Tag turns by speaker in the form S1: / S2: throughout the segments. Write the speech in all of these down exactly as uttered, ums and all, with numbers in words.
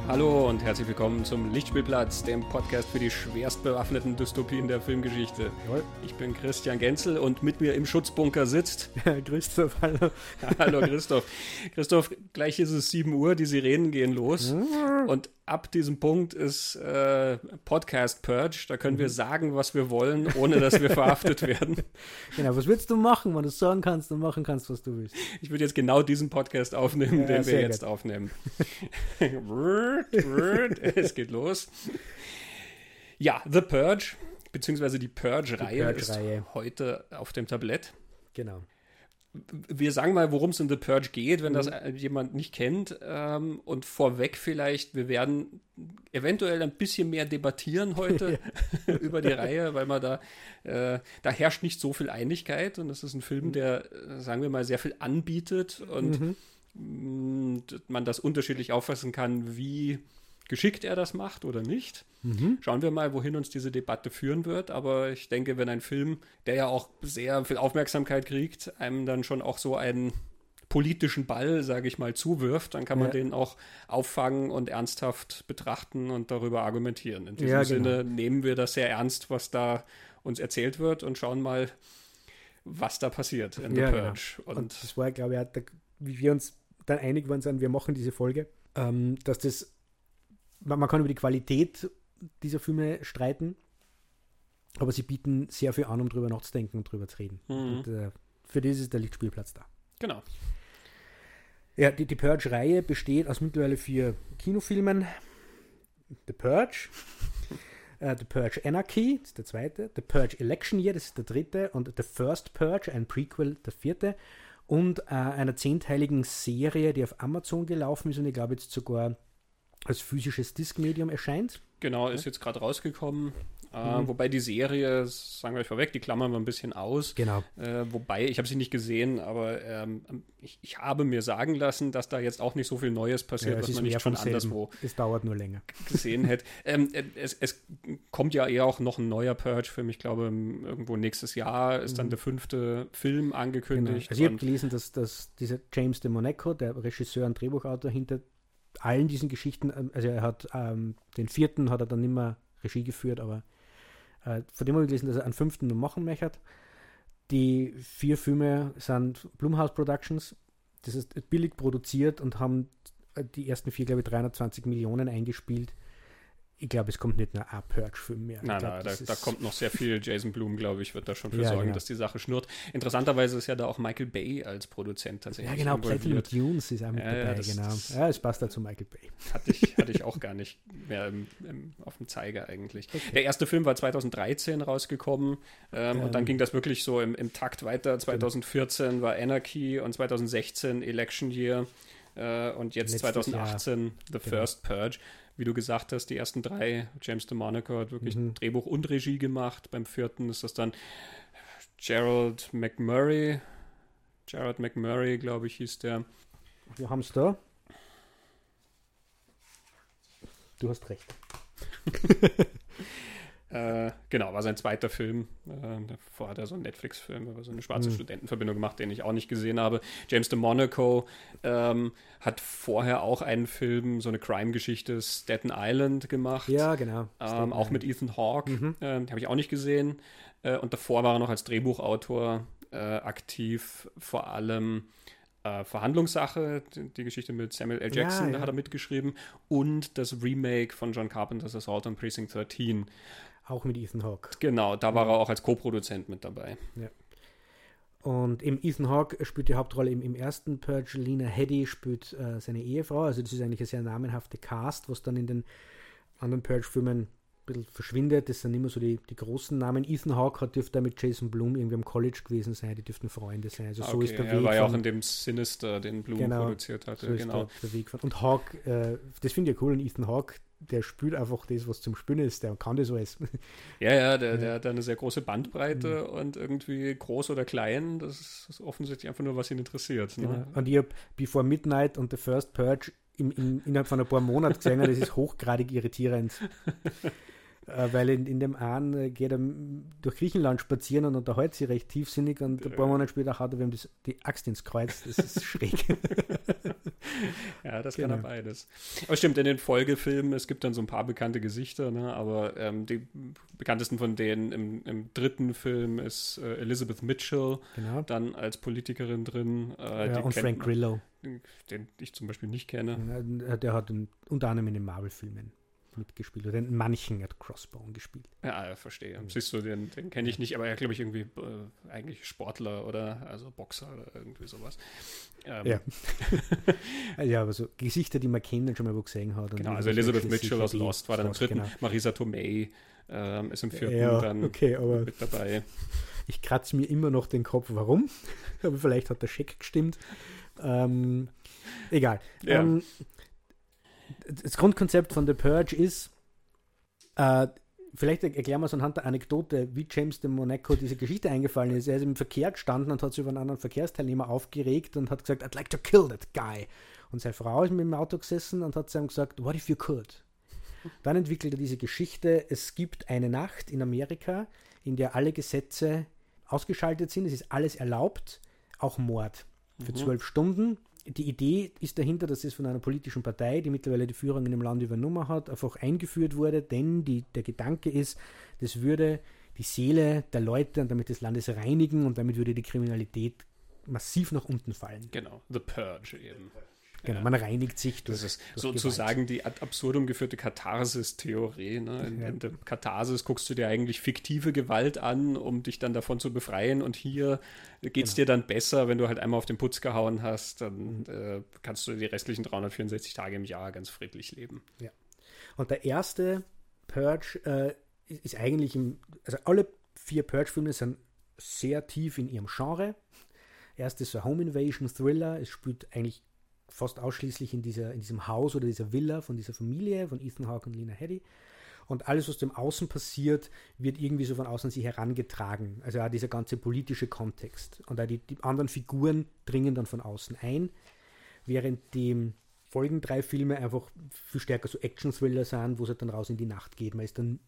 S1: Hallo und herzlich willkommen zum Lichtspielplatz, dem Podcast für die schwerst bewaffneten Dystopien der Filmgeschichte.
S2: Jawohl.
S1: Ich bin Christian Genzel und mit mir im Schutzbunker sitzt...
S2: Christoph, hallo.
S1: Hallo Christoph. Christoph, gleich ist es sieben Uhr, die Sirenen gehen los und ab diesem Punkt ist äh, Podcast Purge. Da können wir sagen, was wir wollen, ohne dass wir verhaftet werden.
S2: Genau, was willst du machen, wenn du sagen kannst und machen kannst, was du willst?
S1: Ich würde jetzt genau diesen Podcast aufnehmen,
S2: Ja,
S1: den wir
S2: sehr
S1: jetzt
S2: gut.
S1: aufnehmen. Es geht los. Ja, The Purge, beziehungsweise die Purge-Reihe ist
S2: Purge-Reihe.
S1: heute auf dem Tablett.
S2: Genau.
S1: Wir sagen mal, worum es in The Purge geht, wenn
S2: Mhm.
S1: das äh, jemand nicht kennt. Ähm, und vorweg vielleicht, wir werden eventuell ein bisschen mehr debattieren heute über die Reihe, weil man da, äh, da herrscht nicht so viel Einigkeit. Und das ist ein Film, der, äh, sagen wir mal, sehr viel anbietet und
S2: Mhm.
S1: mh, man das unterschiedlich auffassen kann, wie geschickt er das macht oder nicht.
S2: Mhm.
S1: Schauen wir mal, wohin uns diese Debatte führen wird. Aber ich denke, wenn ein Film, der ja auch sehr viel Aufmerksamkeit kriegt, einem dann schon auch so einen politischen Ball, sage ich mal, zuwirft, dann kann man
S2: Ja.
S1: den auch auffangen und ernsthaft betrachten und darüber argumentieren. In diesem
S2: Ja, genau.
S1: Sinne nehmen wir das sehr ernst, was da uns erzählt wird und schauen mal, was da passiert in The
S2: Ja, genau.
S1: Purge. Und,
S2: Und das war, glaube ich, auch der, wie wir uns dann einig waren, sind, wir machen diese Folge, ähm, dass das, man, man kann über die Qualität dieser Filme streiten, aber sie bieten sehr viel an, um drüber nachzudenken und drüber zu reden.
S1: Mhm.
S2: Und äh, für das ist der Lichtspielplatz da.
S1: genau.
S2: Ja, die, die Purge-Reihe besteht aus mittlerweile vier Kinofilmen. The Purge, äh, The Purge Anarchy, das ist der zweite, The Purge Election Year, das ist der dritte, und The First Purge, ein Prequel, der vierte, und äh, einer zehnteiligen Serie, die auf Amazon gelaufen ist und ich glaube jetzt sogar als physisches Diskmedium erscheint.
S1: Genau, ist jetzt gerade rausgekommen. Äh,
S2: Mhm.
S1: Wobei die Serie, das sagen wir euch vorweg, die klammern wir ein bisschen aus.
S2: Genau.
S1: Äh, wobei, ich habe sie nicht gesehen, aber ähm, ich, ich habe mir sagen lassen, dass da jetzt auch nicht so viel Neues passiert,
S2: Ja, es
S1: was
S2: ist
S1: man
S2: mehr
S1: nicht schon
S2: vom selben.
S1: anderswo
S2: Es dauert nur länger.
S1: gesehen hätte. Ähm, äh, es, es kommt ja eher auch noch ein neuer Purge-Film. Ich glaube, m- irgendwo nächstes Jahr ist dann
S2: Mhm.
S1: der fünfte Film
S2: Genau.
S1: angekündigt.
S2: Also ich habe
S1: und-
S2: gelesen, dass, dass dieser James de Monaco, der Regisseur und Drehbuchautor hinter allen diesen Geschichten, ähm, also er hat ähm, den vierten hat er dann nicht mehr Regie geführt, aber äh, von dem habe ich gelesen, dass er einen fünften noch machen möchte. Die vier Filme sind Blumhouse Productions, das ist billig produziert und haben äh, die ersten vier, glaube ich, dreihundertzwanzig Millionen eingespielt. Ich glaube, es kommt nicht nur ein Purge-Film mehr.
S1: Nein,
S2: ich glaub,
S1: nein, da,
S2: das
S1: da
S2: ist-
S1: kommt noch sehr viel. Jason Blum, glaube ich, wird da schon für
S2: Ja,
S1: sorgen,
S2: genau.
S1: dass die Sache schnurrt. Interessanterweise ist ja da auch Michael Bay als Produzent tatsächlich
S2: Ja, genau, Platinum
S1: involviert.
S2: Dunes ist auch mit
S1: Ja, ja,
S2: dabei,
S1: das-
S2: genau.
S1: das-
S2: Ja, es passt da zu Michael Bay.
S1: Hatte ich, hatte ich auch gar nicht mehr im, im, auf dem Zeiger eigentlich. Der erste Film war zweitausenddreizehn rausgekommen ähm,
S2: Ähm,
S1: und dann ging das wirklich so im, im Takt weiter. zweitausendvierzehn war Anarchy und zweitausendsechzehn Election Year äh, und jetzt
S2: Letztes
S1: zweitausendachtzehn The
S2: Genau.
S1: First Purge. Wie du gesagt hast, die ersten drei, James de Monaco hat wirklich
S2: Mhm.
S1: Drehbuch und Regie gemacht. Beim vierten ist das dann Gerald McMurray. Gerald McMurray, glaube ich, hieß der.
S2: Wir haben es da. Du hast recht.
S1: Äh, genau, war sein zweiter Film. Äh, davor hat er so einen Netflix-Film über so eine schwarze
S2: Mhm.
S1: Studentenverbindung gemacht, den ich auch nicht gesehen habe. James de Monaco ähm, hat vorher auch einen Film, so eine Crime-Geschichte, Staten Island gemacht.
S2: Ja, genau.
S1: Ähm, auch mit Ethan Hawke.
S2: Mhm.
S1: Ähm, den habe ich auch nicht gesehen. Äh, und davor war er noch als Drehbuchautor äh, aktiv, vor allem äh, Verhandlungssache, die, die Geschichte mit Samuel L.
S2: Ja,
S1: Jackson, da
S2: ja.
S1: hat er mitgeschrieben. Und das Remake von John Carpenters Assault on Precinct dreizehn.
S2: Auch mit Ethan Hawke.
S1: Genau, da war er auch als Co-Produzent mit dabei.
S2: Und eben Ethan Hawke spielt die Hauptrolle im, im ersten Purge. Lena Headey spielt äh, seine Ehefrau. Also das ist eigentlich eine sehr namenhafte Cast, was dann in den anderen Purge-Filmen ein bisschen verschwindet. Das sind immer so die, die großen Namen. Ethan Hawke hat, dürfte da mit Jason Blum irgendwie am College gewesen sein. Die dürften Freunde sein. Also so
S1: okay,
S2: ist der
S1: er
S2: Weg
S1: war ja auch
S2: von-
S1: in dem Sinister, den Blum
S2: Genau,
S1: produziert hatte.
S2: So ist
S1: genau.
S2: der, der Weg von. Und Hawke, äh, das finde ich ja cool. Und Ethan Hawke, der spielt einfach das, was zum Spielen ist. Der kann das alles.
S1: Ja, ja, der,
S2: Ja.
S1: der hat eine sehr große Bandbreite und irgendwie groß oder klein, das ist, das ist offensichtlich einfach nur, was ihn interessiert. Ne?
S2: Genau. Und ich habe Before Midnight und The First Purge im, im, innerhalb von ein paar Monaten gesehen, das ist hochgradig irritierend. äh, weil in, in dem einen äh, geht er durch Griechenland spazieren und unterhält sich recht tiefsinnig und ein paar Monate später haut er ihm das, die Axt ins Kreuz. Das ist schräg.
S1: Ja, das
S2: Genau.
S1: kann er beides. Aber stimmt, in den Folgefilmen, es gibt dann so ein paar bekannte Gesichter, ne? Aber ähm, die bekanntesten von denen im, im dritten Film ist äh, Elizabeth Mitchell,
S2: Genau.
S1: dann als Politikerin drin. Äh,
S2: Ja,
S1: die
S2: und
S1: kennt
S2: Frank
S1: man,
S2: Grillo.
S1: den ich zum Beispiel nicht kenne.
S2: Ja, der hat in, unter anderem in den Marvel-Filmen mitgespielt oder in manchen hat Crossbone gespielt.
S1: Ja, ja, verstehe. Siehst du, den, den kenne ich nicht, aber er glaube ich irgendwie äh, eigentlich Sportler oder also Boxer oder irgendwie sowas. Ähm,
S2: Ja. Ja, aber so Gesichter, die man kennt und schon mal wo gesehen hat. Und
S1: Genau,
S2: die
S1: also
S2: man
S1: Elizabeth
S2: so
S1: Mitchell aus
S2: die
S1: Lost war dann im
S2: Lost,
S1: dritten,
S2: genau.
S1: Marisa Tomei ähm, ist im vierten
S2: Ja,
S1: dann
S2: okay, aber
S1: mit dabei.
S2: ich kratze mir immer noch den Kopf, warum? Aber vielleicht hat der Scheck gestimmt. Ähm, egal.
S1: Ja.
S2: Ähm, das Grundkonzept von The Purge ist, äh, vielleicht erklären wir es anhand der Anekdote, wie James de Monaco diese Geschichte eingefallen ist. Er ist im Verkehr gestanden und hat sich über einen anderen Verkehrsteilnehmer aufgeregt und hat gesagt, I'd like to kill that guy. Und seine Frau ist mit dem Auto gesessen und hat zu ihm gesagt, what if you could? Dann entwickelt er diese Geschichte, es gibt eine Nacht in Amerika, in der alle Gesetze ausgeschaltet sind, es ist alles erlaubt, auch Mord für zwölf Stunden. Die Idee ist dahinter, dass es von einer politischen Partei, die mittlerweile die Führung in dem Land übernommen hat, einfach eingeführt wurde, denn die, der Gedanke ist, das würde die Seele der Leute und damit des Landes reinigen und damit würde die Kriminalität massiv nach unten fallen.
S1: Genau, The Purge eben.
S2: Genau,
S1: Ja.
S2: man reinigt sich durch,
S1: Das ist
S2: durch
S1: sozusagen die ad absurdum geführte Katharsis-Theorie. Ne? In,
S2: Ja.
S1: in der Katharsis guckst du dir eigentlich fiktive Gewalt an, um dich dann davon zu befreien. Und hier geht es
S2: Genau.
S1: dir dann besser, wenn du halt einmal auf den Putz gehauen hast. Dann
S2: Mhm.
S1: äh, kannst du die restlichen dreihundertvierundsechzig Tage im Jahr ganz friedlich leben.
S2: Ja. Und der erste Purge äh, ist, ist eigentlich, im, also alle vier Purge-Filme sind sehr tief in ihrem Genre. Erst ist so ein Home Invasion Thriller, es spielt eigentlich fast ausschließlich in, dieser, in diesem Haus oder dieser Villa von dieser Familie, von Ethan Hawke und Lena Headey. Und alles, was dem Außen passiert, wird irgendwie so von außen an sie herangetragen. Also auch dieser ganze politische Kontext. Und auch die, die anderen Figuren dringen dann von außen ein, während die folgenden drei Filme einfach viel stärker so Action-Thriller sind, wo es halt dann raus in die Nacht geht. Man ist dann,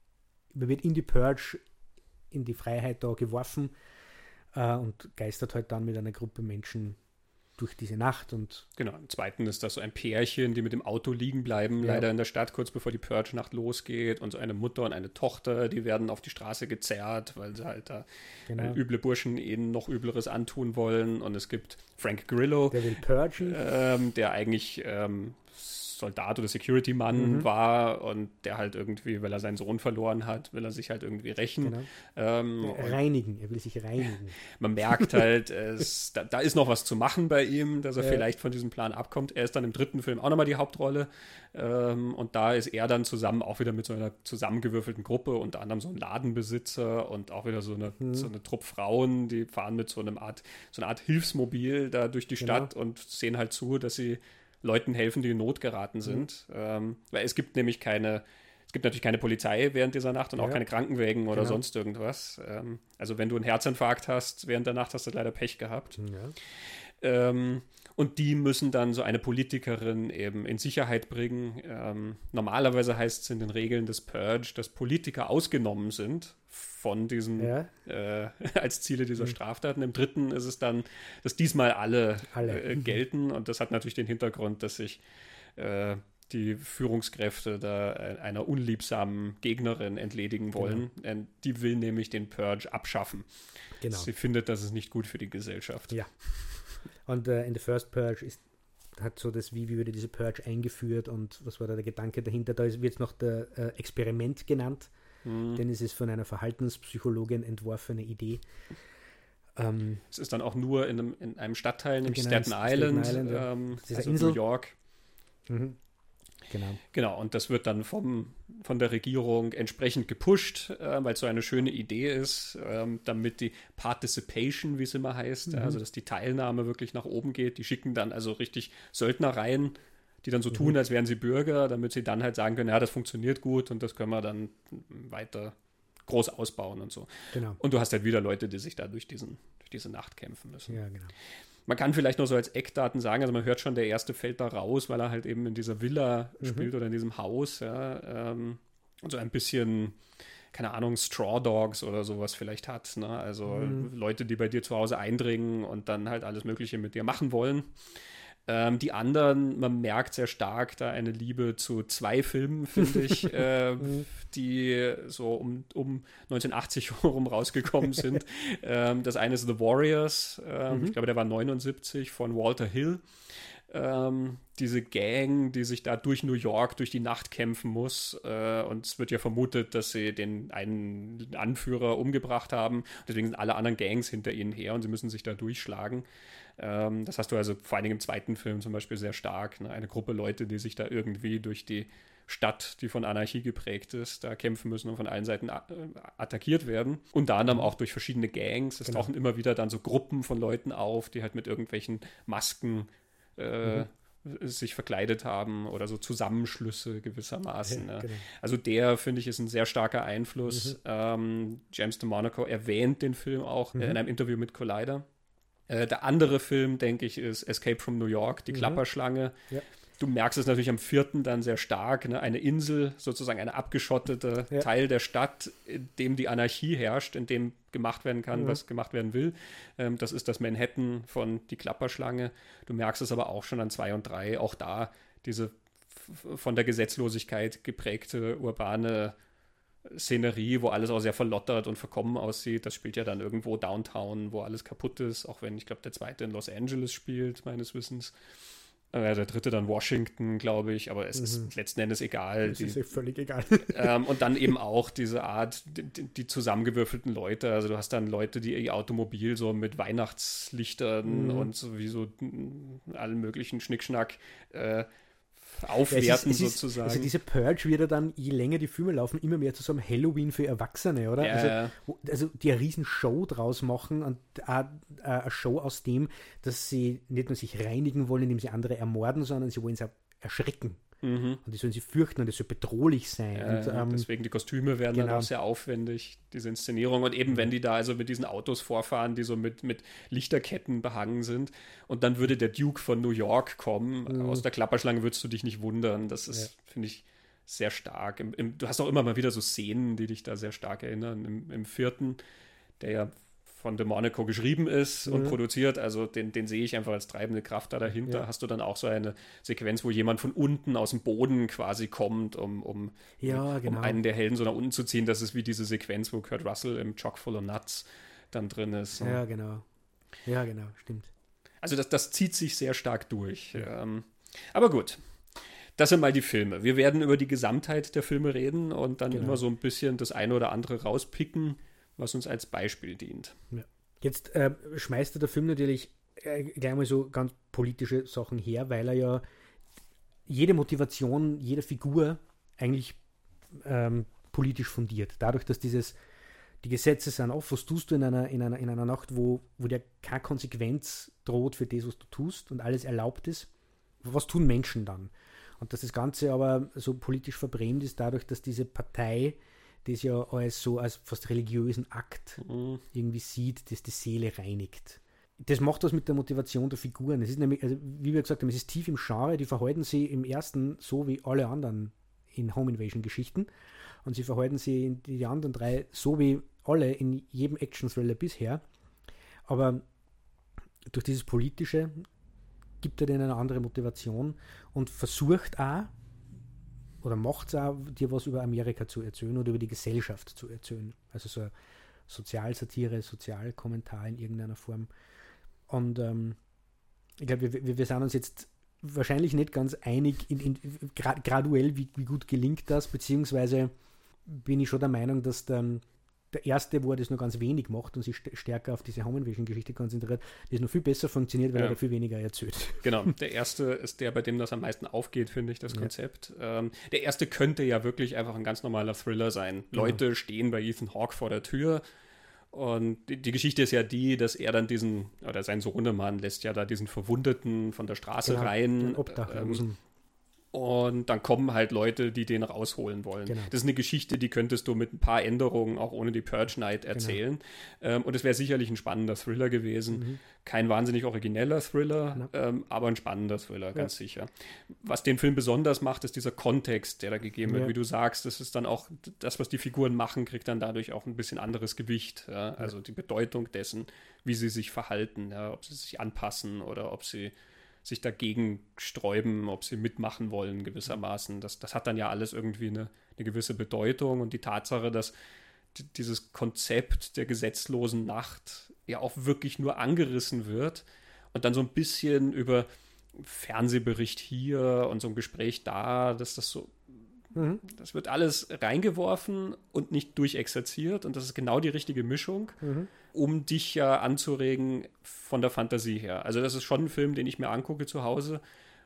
S2: man wird in die Purge, in die Freiheit da geworfen äh, und geistert halt dann mit einer Gruppe Menschen durch diese Nacht. Und
S1: Genau, im zweiten ist das so ein Pärchen, die mit dem Auto liegen bleiben,
S2: Ja.
S1: leider in der Stadt, kurz bevor die Purge-Nacht losgeht. Und so eine Mutter und eine Tochter, die werden auf die Straße gezerrt, weil sie halt da
S2: genau,
S1: äh, üble Burschen ihnen noch Übleres antun wollen. Und es gibt Frank Grillo,
S2: der will purgen.
S1: ähm, der eigentlich ähm, Soldat oder Security-Mann
S2: Mhm.
S1: war und der halt irgendwie, weil er seinen Sohn verloren hat, will er sich halt irgendwie rächen.
S2: Genau.
S1: Ähm, und
S2: Reinigen, er will sich reinigen.
S1: man merkt halt, es, da, da ist noch was zu machen bei ihm, dass er
S2: Ja.
S1: vielleicht von diesem Plan abkommt. Er ist dann im dritten Film auch nochmal die Hauptrolle. Ähm, und da ist er dann zusammen auch wieder mit so einer zusammengewürfelten Gruppe, unter anderem so ein Ladenbesitzer und auch wieder so eine,
S2: Mhm.
S1: so eine Trupp Frauen, die fahren mit so einem Art, so einer Art Hilfsmobil da durch die
S2: Genau.
S1: Stadt und sehen halt zu, dass sie Leuten helfen, die in Not geraten sind.
S2: Mhm.
S1: Ähm, weil es gibt nämlich keine, es gibt natürlich keine Polizei während dieser Nacht und auch
S2: Ja.
S1: keine Krankenwägen oder
S2: Genau.
S1: sonst irgendwas. Ähm, also wenn du einen Herzinfarkt hast während der Nacht, hast du leider Pech gehabt.
S2: Ja.
S1: Ähm, und die müssen dann so eine Politikerin eben in Sicherheit bringen. Ähm, normalerweise heißt es in den Regeln des Purge, dass Politiker ausgenommen sind von diesen
S2: Ja.
S1: äh, als Ziele dieser
S2: Mhm.
S1: Straftaten. Im dritten ist es dann, dass diesmal alle,
S2: Alle.
S1: Äh, gelten. Und das hat natürlich den Hintergrund, dass sich äh, die Führungskräfte da äh, einer unliebsamen Gegnerin entledigen wollen. Äh, die will nämlich den Purge abschaffen.
S2: Genau.
S1: Sie findet, das ist nicht gut für die Gesellschaft.
S2: Ja. Und äh, in The First Purge ist hat so das, wie, wie wurde diese Purge eingeführt und was war da der Gedanke dahinter. Da wird es noch der äh, Experiment genannt,
S1: Hm.
S2: denn es ist von einer Verhaltenspsychologin entworfene Idee. Ähm,
S1: Es ist dann auch nur in einem, in einem Stadtteil, nämlich
S2: Genau,
S1: Staten
S2: Staten
S1: Island,
S2: Island, ja.
S1: ähm,
S2: Das ist eine
S1: also
S2: Insel.
S1: New York.
S2: mhm. Genau.
S1: Genau, und das wird dann vom, von der Regierung entsprechend gepusht, äh, weil es so eine schöne Idee ist, ähm, damit die Participation, wie es immer heißt,
S2: Mhm.
S1: also dass die Teilnahme wirklich nach oben geht. Die schicken dann also richtig Söldner rein, die dann so
S2: Mhm.
S1: tun, als wären sie Bürger, damit sie dann halt sagen können, ja, das funktioniert gut und das können wir dann weiter groß ausbauen und so.
S2: Genau.
S1: Und du hast halt wieder Leute, die sich da durch, diesen, durch diese Nacht kämpfen müssen.
S2: Ja, genau.
S1: Man kann vielleicht noch so als Eckdaten sagen, also man hört schon, der erste fällt da raus, weil er halt eben in dieser Villa
S2: Mhm.
S1: spielt oder in diesem Haus, ja, ähm, und so ein bisschen, keine Ahnung, Straw Dogs oder sowas vielleicht hat. Ne? Also mhm. Leute, die bei dir zu Hause eindringen und dann halt alles Mögliche mit dir machen wollen. Ähm, die anderen, man merkt sehr stark da eine Liebe zu zwei Filmen, finde ich, äh, die so um, um neunzehnhundertachtzig rum rausgekommen sind. ähm, das eine ist The Warriors, ähm, mhm. ich glaube, der war neunundsiebzig, von Walter Hill. Ähm, diese Gang, die sich da durch New York, durch die Nacht kämpfen muss. Äh, und es wird ja vermutet, dass sie den einen Anführer umgebracht haben. Deswegen sind alle anderen Gangs hinter ihnen her und sie müssen sich da durchschlagen. Ähm, das hast du also vor allen Dingen im zweiten Film zum Beispiel sehr stark. Ne? Eine Gruppe Leute, die sich da irgendwie durch die Stadt, die von Anarchie geprägt ist, da kämpfen müssen und von allen Seiten a- attackiert werden. Unter anderem auch durch verschiedene Gangs. Es genau. tauchen immer wieder dann so Gruppen von Leuten auf, die halt mit irgendwelchen Masken Äh, mhm. sich verkleidet haben oder so Zusammenschlüsse gewissermaßen. Ja, ne? Genau. Also der, finde ich, ist ein sehr starker Einfluss. Mhm. Ähm, James DeMonaco erwähnt den Film auch mhm. äh, in einem Interview mit Collider. Äh, der andere Film, denke ich, ist Escape from New York, die mhm. Klapperschlange. Ja. Du merkst es natürlich am vierten dann sehr stark, ne? Eine Insel, sozusagen eine abgeschottete ja. Teil der Stadt, in dem die Anarchie herrscht, in dem gemacht werden kann, mhm. was gemacht werden will. Ähm, das ist das Manhattan von Die Klapperschlange. Du merkst es aber auch schon an zwei und drei, auch da diese f- von der Gesetzlosigkeit geprägte urbane Szenerie, wo alles auch sehr verlottert und verkommen aussieht. Das spielt ja dann irgendwo Downtown, wo alles kaputt ist, auch wenn, ich glaube, der zweite in Los Angeles spielt, meines Wissens. Äh, der dritte dann Washington, glaube ich, aber es mhm. ist letzten Endes egal.
S2: Es ist ja völlig egal.
S1: ähm, und dann eben auch diese Art, die, die zusammengewürfelten Leute. Also du hast dann Leute, die ihr Automobil so mit Weihnachtslichtern mhm. und sowieso allen möglichen Schnickschnack äh, aufwerten ja, es ist, es sozusagen.
S2: Ist, also diese Purge wird ja dann, je länger die Filme laufen, immer mehr zu so einem Halloween für Erwachsene, oder?
S1: Ja.
S2: Also, wo, also die eine riesen Show draus machen und eine Show aus dem, dass sie nicht nur sich reinigen wollen, indem sie andere ermorden, sondern sie wollen sie auch erschrecken. Mhm. Und die sollen sie fürchten und es soll bedrohlich sein.
S1: Ja,
S2: und,
S1: ähm, deswegen die Kostüme werden genau. dann auch sehr aufwendig, diese Inszenierung. Und eben, mhm. wenn die da also mit diesen Autos vorfahren, die so mit, mit Lichterketten behangen sind, und dann würde der Duke von New York kommen, mhm. aus der Klapperschlange würdest du dich nicht wundern. Das ist, ja. finde ich, sehr stark. Im, im, du hast auch immer mal wieder so Szenen, die dich da sehr stark erinnern. Im, im vierten, der ja von DeMonaco geschrieben ist mhm. und produziert, also den, den sehe ich einfach als treibende Kraft da dahinter. Ja. Hast du dann auch so eine Sequenz, wo jemand von unten aus dem Boden quasi kommt, um, um,
S2: ja, genau.
S1: um einen der Helden so nach unten zu ziehen. Das ist wie diese Sequenz, wo Kurt Russell im Chock full of Nuts dann drin ist.
S2: Ja, genau. Ja, genau, stimmt.
S1: Also das, das zieht sich sehr stark durch. Ja. Ähm, aber gut. Das sind mal die Filme. Wir werden über die Gesamtheit der Filme reden und dann genau. immer so ein bisschen das eine oder andere rauspicken, was uns als Beispiel dient.
S2: Ja. Jetzt äh, schmeißt der Film natürlich äh, gleich mal so ganz politische Sachen her, weil er ja jede Motivation jeder Figur eigentlich ähm, politisch fundiert. Dadurch, dass dieses die Gesetze sind auf, was tust du in einer, in einer, in einer Nacht, wo, wo dir keine Konsequenz droht für das, was du tust und alles erlaubt ist. Was tun Menschen dann? Und dass das Ganze aber so politisch verbrämt ist, dadurch, dass diese Partei das ja als so als fast religiösen Akt mhm. irgendwie sieht, das die Seele reinigt. Das macht was mit der Motivation der Figuren. Es ist nämlich, also wie wir gesagt haben, es ist tief im Genre, die verhalten sich im ersten so wie alle anderen in Home Invasion Geschichten und sie verhalten sich in die anderen drei so wie alle in jedem Action-Thriller bisher. Aber durch dieses Politische gibt er denen eine andere Motivation und versucht auch, oder macht es auch, dir was über Amerika zu erzählen oder über die Gesellschaft zu erzählen. Also so Sozialsatire, Sozialkommentar in irgendeiner Form. Und ähm, ich glaube, wir, wir sind uns jetzt wahrscheinlich nicht ganz einig, in, in, gra- graduell, wie, wie gut gelingt das, beziehungsweise bin ich schon der Meinung, dass dann der erste, wo er das nur ganz wenig macht und sich st- stärker auf diese Home Invasion-Geschichte konzentriert, das noch viel besser funktioniert, weil ja. er da viel weniger erzählt.
S1: Genau, der erste ist der, bei dem das am meisten aufgeht, finde ich, das ja. Konzept. Ähm, der erste könnte ja wirklich einfach ein ganz normaler Thriller sein. Genau. Leute stehen bei Ethan Hawke vor der Tür und die, die Geschichte ist ja die, dass er dann diesen, oder sein Sohnemann lässt ja da diesen Verwundeten von der Straße
S2: genau,
S1: rein.
S2: den Obdachlosen. Ähm,
S1: Und dann kommen halt Leute, die den rausholen wollen.
S2: Genau.
S1: Das ist eine Geschichte, die könntest du mit ein paar Änderungen auch ohne die Purge Night erzählen. Genau. Ähm, und es wäre sicherlich ein spannender Thriller gewesen. Mhm. Kein wahnsinnig origineller Thriller, ja. ähm, aber ein spannender Thriller, ganz ja. sicher. Was den Film besonders macht, ist dieser Kontext, der da gegeben wird. Ja. Wie du sagst, das ist dann auch, das, was die Figuren machen, kriegt dann dadurch auch ein bisschen anderes Gewicht. Ja? Also ja. die Bedeutung dessen, wie sie sich verhalten, ja? Ob sie sich anpassen oder ob sie sich dagegen sträuben, ob sie mitmachen wollen gewissermaßen. Das, das hat dann ja alles irgendwie eine, eine gewisse Bedeutung und die Tatsache, dass d- dieses Konzept der gesetzlosen Nacht ja auch wirklich nur angerissen wird und dann so ein bisschen über Fernsehbericht hier und so ein Gespräch da, dass das so mhm. das wird alles reingeworfen und nicht durchexerziert und das ist genau die richtige Mischung, mhm. um dich ja anzuregen von der Fantasie her. Also das ist schon ein Film, den ich mir angucke zu Hause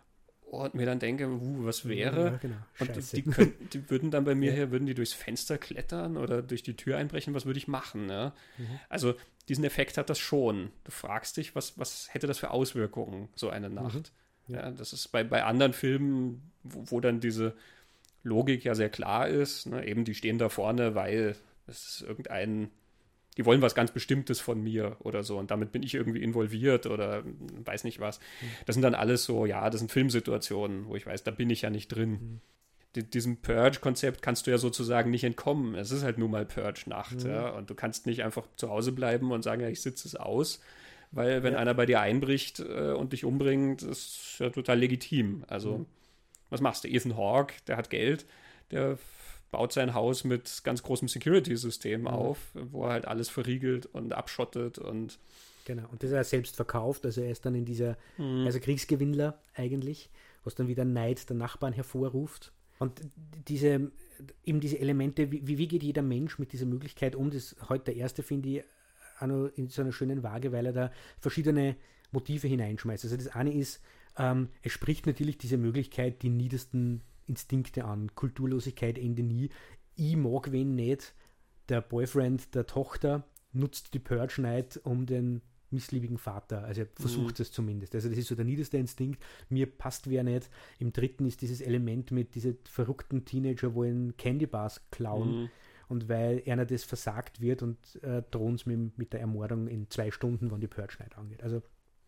S1: und mir dann denke, uh, was wäre?
S2: Ja, genau.
S1: Und die, können, die würden dann bei mir ja. her, würden die durchs Fenster klettern oder durch die Tür einbrechen, was würde ich machen? Ja? Mhm. Also diesen Effekt hat das schon. Du fragst dich, was, was hätte das für Auswirkungen, so eine Nacht? Mhm. Ja. Ja, das ist bei, bei anderen Filmen, wo, wo dann diese Logik ja sehr klar ist, ne? Eben die stehen da vorne, weil es ist irgendein, die wollen was ganz Bestimmtes von mir oder so und damit bin ich irgendwie involviert oder weiß nicht was. Mhm. Das sind dann alles so, ja, das sind Filmsituationen, wo ich weiß, da bin ich ja nicht drin. Mhm. Die, diesem Purge-Konzept kannst du ja sozusagen nicht entkommen. Es ist halt nun mal Purge-Nacht, mhm. ja, und du kannst nicht einfach zu Hause bleiben und sagen, ja, ich sitze es aus, weil wenn ja. einer bei dir einbricht äh, und dich umbringt, ist ja total legitim. Also mhm. was machst du? Ethan Hawke, der hat Geld, der baut sein Haus mit ganz großem Security-System mhm. auf, wo er halt alles verriegelt und abschottet und
S2: genau, und das er selbst verkauft, also er ist dann in dieser, mhm. also Kriegsgewinnler eigentlich, was dann wieder Neid der Nachbarn hervorruft. Und diese, eben diese Elemente, wie, wie geht jeder Mensch mit dieser Möglichkeit um, das ist heute der erste, finde ich, auch noch in so einer schönen Waage, weil er da verschiedene Motive hineinschmeißt. Also das eine ist, ähm, es spricht natürlich diese Möglichkeit, die niedersten Instinkte an. Kulturlosigkeit, Ende nie. Ich mag wen nicht. Der Boyfriend der Tochter nutzt die Purge Night, um den missliebigen Vater, also er versucht es mhm. zumindest. Also das ist so der niederste Instinkt. Mir passt wer nicht. Im dritten ist dieses Element mit diese verrückten Teenager wollen Candy Bars klauen. Mhm. Und weil einer das versagt wird und äh, drohen es mit, mit der Ermordung in zwei Stunden, wann die Purge Night angeht. Also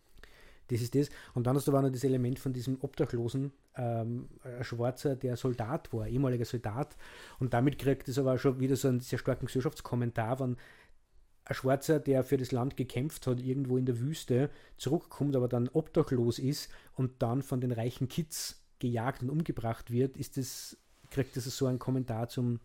S2: das ist das. Und dann hast du aber noch das Element von diesem Obdachlosen, ähm, ein Schwarzer, der Soldat war, ehemaliger Soldat. Und damit kriegt es aber auch schon wieder so einen sehr starken Gesellschaftskommentar, wenn ein Schwarzer, der für das Land gekämpft hat, irgendwo in der Wüste, zurückkommt, aber dann obdachlos ist und dann von den reichen Kids gejagt und umgebracht wird, ist das, kriegt das so einen Kommentar zum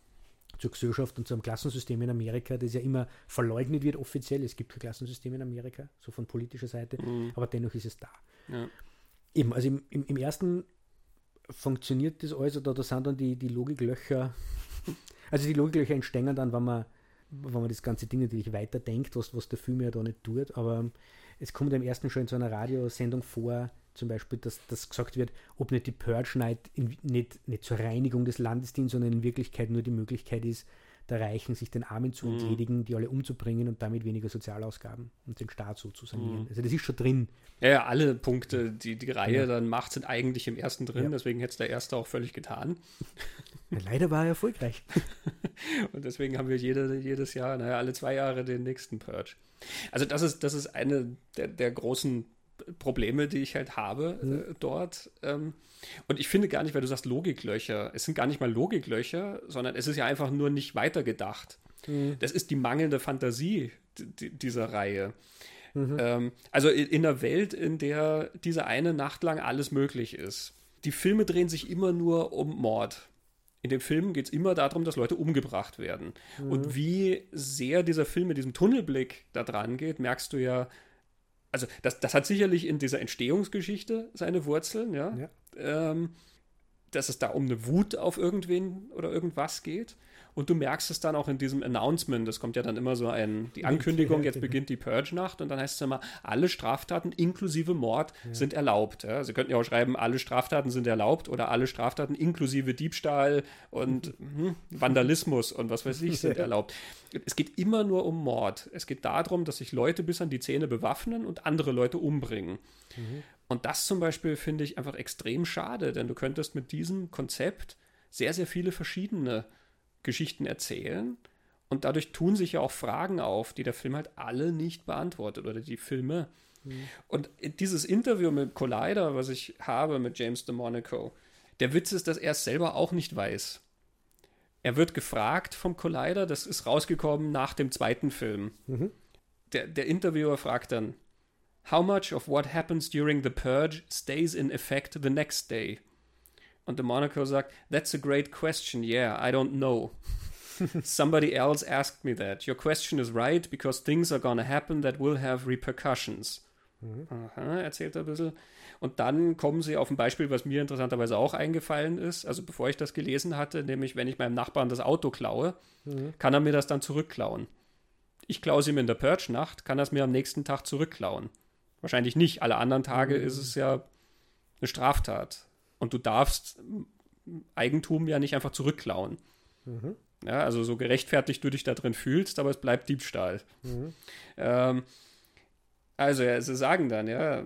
S2: zur Gesellschaft und zum Klassensystem in Amerika, das ja immer verleugnet wird offiziell. Es gibt kein Klassensystem in Amerika, so von politischer Seite, mhm. aber dennoch ist es da. Ja. Eben, also im, im, im ersten funktioniert das alles, oder da sind dann die, die Logiklöcher, also die Logiklöcher entstehen dann, wenn man, wenn man das ganze Ding natürlich weiterdenkt, was, was der Film ja da nicht tut, aber es kommt im ersten schon in so einer Radiosendung vor, zum Beispiel, dass, dass gesagt wird, ob nicht die Purge Night in, nicht, nicht zur Reinigung des Landes dient, sondern in Wirklichkeit nur die Möglichkeit ist, der Reichen sich den Armen zu entledigen, mhm. die alle umzubringen und damit weniger Sozialausgaben und den Staat so zu sanieren. Mhm. Also das ist schon drin.
S1: Ja, ja, alle Punkte, die die Reihe ja. dann macht, sind eigentlich im ersten drin, ja. deswegen hätte es der erste auch völlig getan.
S2: Ja, leider war er erfolgreich.
S1: Und deswegen haben wir jede, jedes Jahr, naja, alle zwei Jahre den nächsten Purge. Also das ist, das ist eine der, der großen Probleme, die ich halt habe mhm. äh, dort. Ähm, und ich finde gar nicht, weil du sagst Logiklöcher, es sind gar nicht mal Logiklöcher, sondern es ist ja einfach nur nicht weitergedacht. Mhm. Das ist die mangelnde Fantasie d- dieser Reihe. Mhm. Ähm, also in, in einer Welt, in der diese eine Nacht lang alles möglich ist. Die Filme drehen sich immer nur um Mord. In den Filmen geht es immer darum, dass Leute umgebracht werden. Mhm. Und wie sehr dieser Film mit diesem Tunnelblick da dran geht, merkst du ja. Also das, das hat sicherlich in dieser Entstehungsgeschichte seine Wurzeln, ja, ja. Ähm, dass es da um eine Wut auf irgendwen oder irgendwas geht. Und du merkst es dann auch in diesem Announcement, das kommt ja dann immer so ein, die Ankündigung, jetzt beginnt die Purge-Nacht und dann heißt es immer, alle Straftaten inklusive Mord ja. sind erlaubt. Ja? Sie könnten ja auch schreiben, alle Straftaten sind erlaubt oder alle Straftaten inklusive Diebstahl und hm, Vandalismus und was weiß ich sind erlaubt. Es geht immer nur um Mord. Es geht darum, dass sich Leute bis an die Zähne bewaffnen und andere Leute umbringen. Mhm. Und das zum Beispiel finde ich einfach extrem schade, denn du könntest mit diesem Konzept sehr, sehr viele verschiedene Geschichten erzählen. Und dadurch tun sich ja auch Fragen auf, die der Film halt alle nicht beantwortet oder die Filme. Mhm. Und dieses Interview mit Collider, was ich habe mit James DeMonaco, der Witz ist, dass er es selber auch nicht weiß. Er wird gefragt vom Collider, das ist rausgekommen nach dem zweiten Film. Mhm. Der, der Interviewer fragt dann, how much of what happens during the purge stays in effect the next day? Und DeMonaco sagt, that's a great question, yeah, I don't know. Somebody else asked me that. Your question is right, because things are gonna happen that will have repercussions. Mhm. Aha, erzählt er ein bisschen. Und dann kommen sie auf ein Beispiel, was mir interessanterweise auch eingefallen ist, also bevor ich das gelesen hatte, nämlich wenn ich meinem Nachbarn das Auto klaue, mhm. kann er mir das dann zurückklauen. Ich klaue es ihm in der Purge-Nacht, kann er es mir am nächsten Tag zurückklauen. Wahrscheinlich nicht. Alle anderen Tage mhm. ist es ja eine Straftat. Und du darfst Eigentum ja nicht einfach zurückklauen. Mhm. Ja, also so gerechtfertigt du dich da drin fühlst, aber es bleibt Diebstahl. Mhm. Ähm, also ja, sie sagen dann, ja,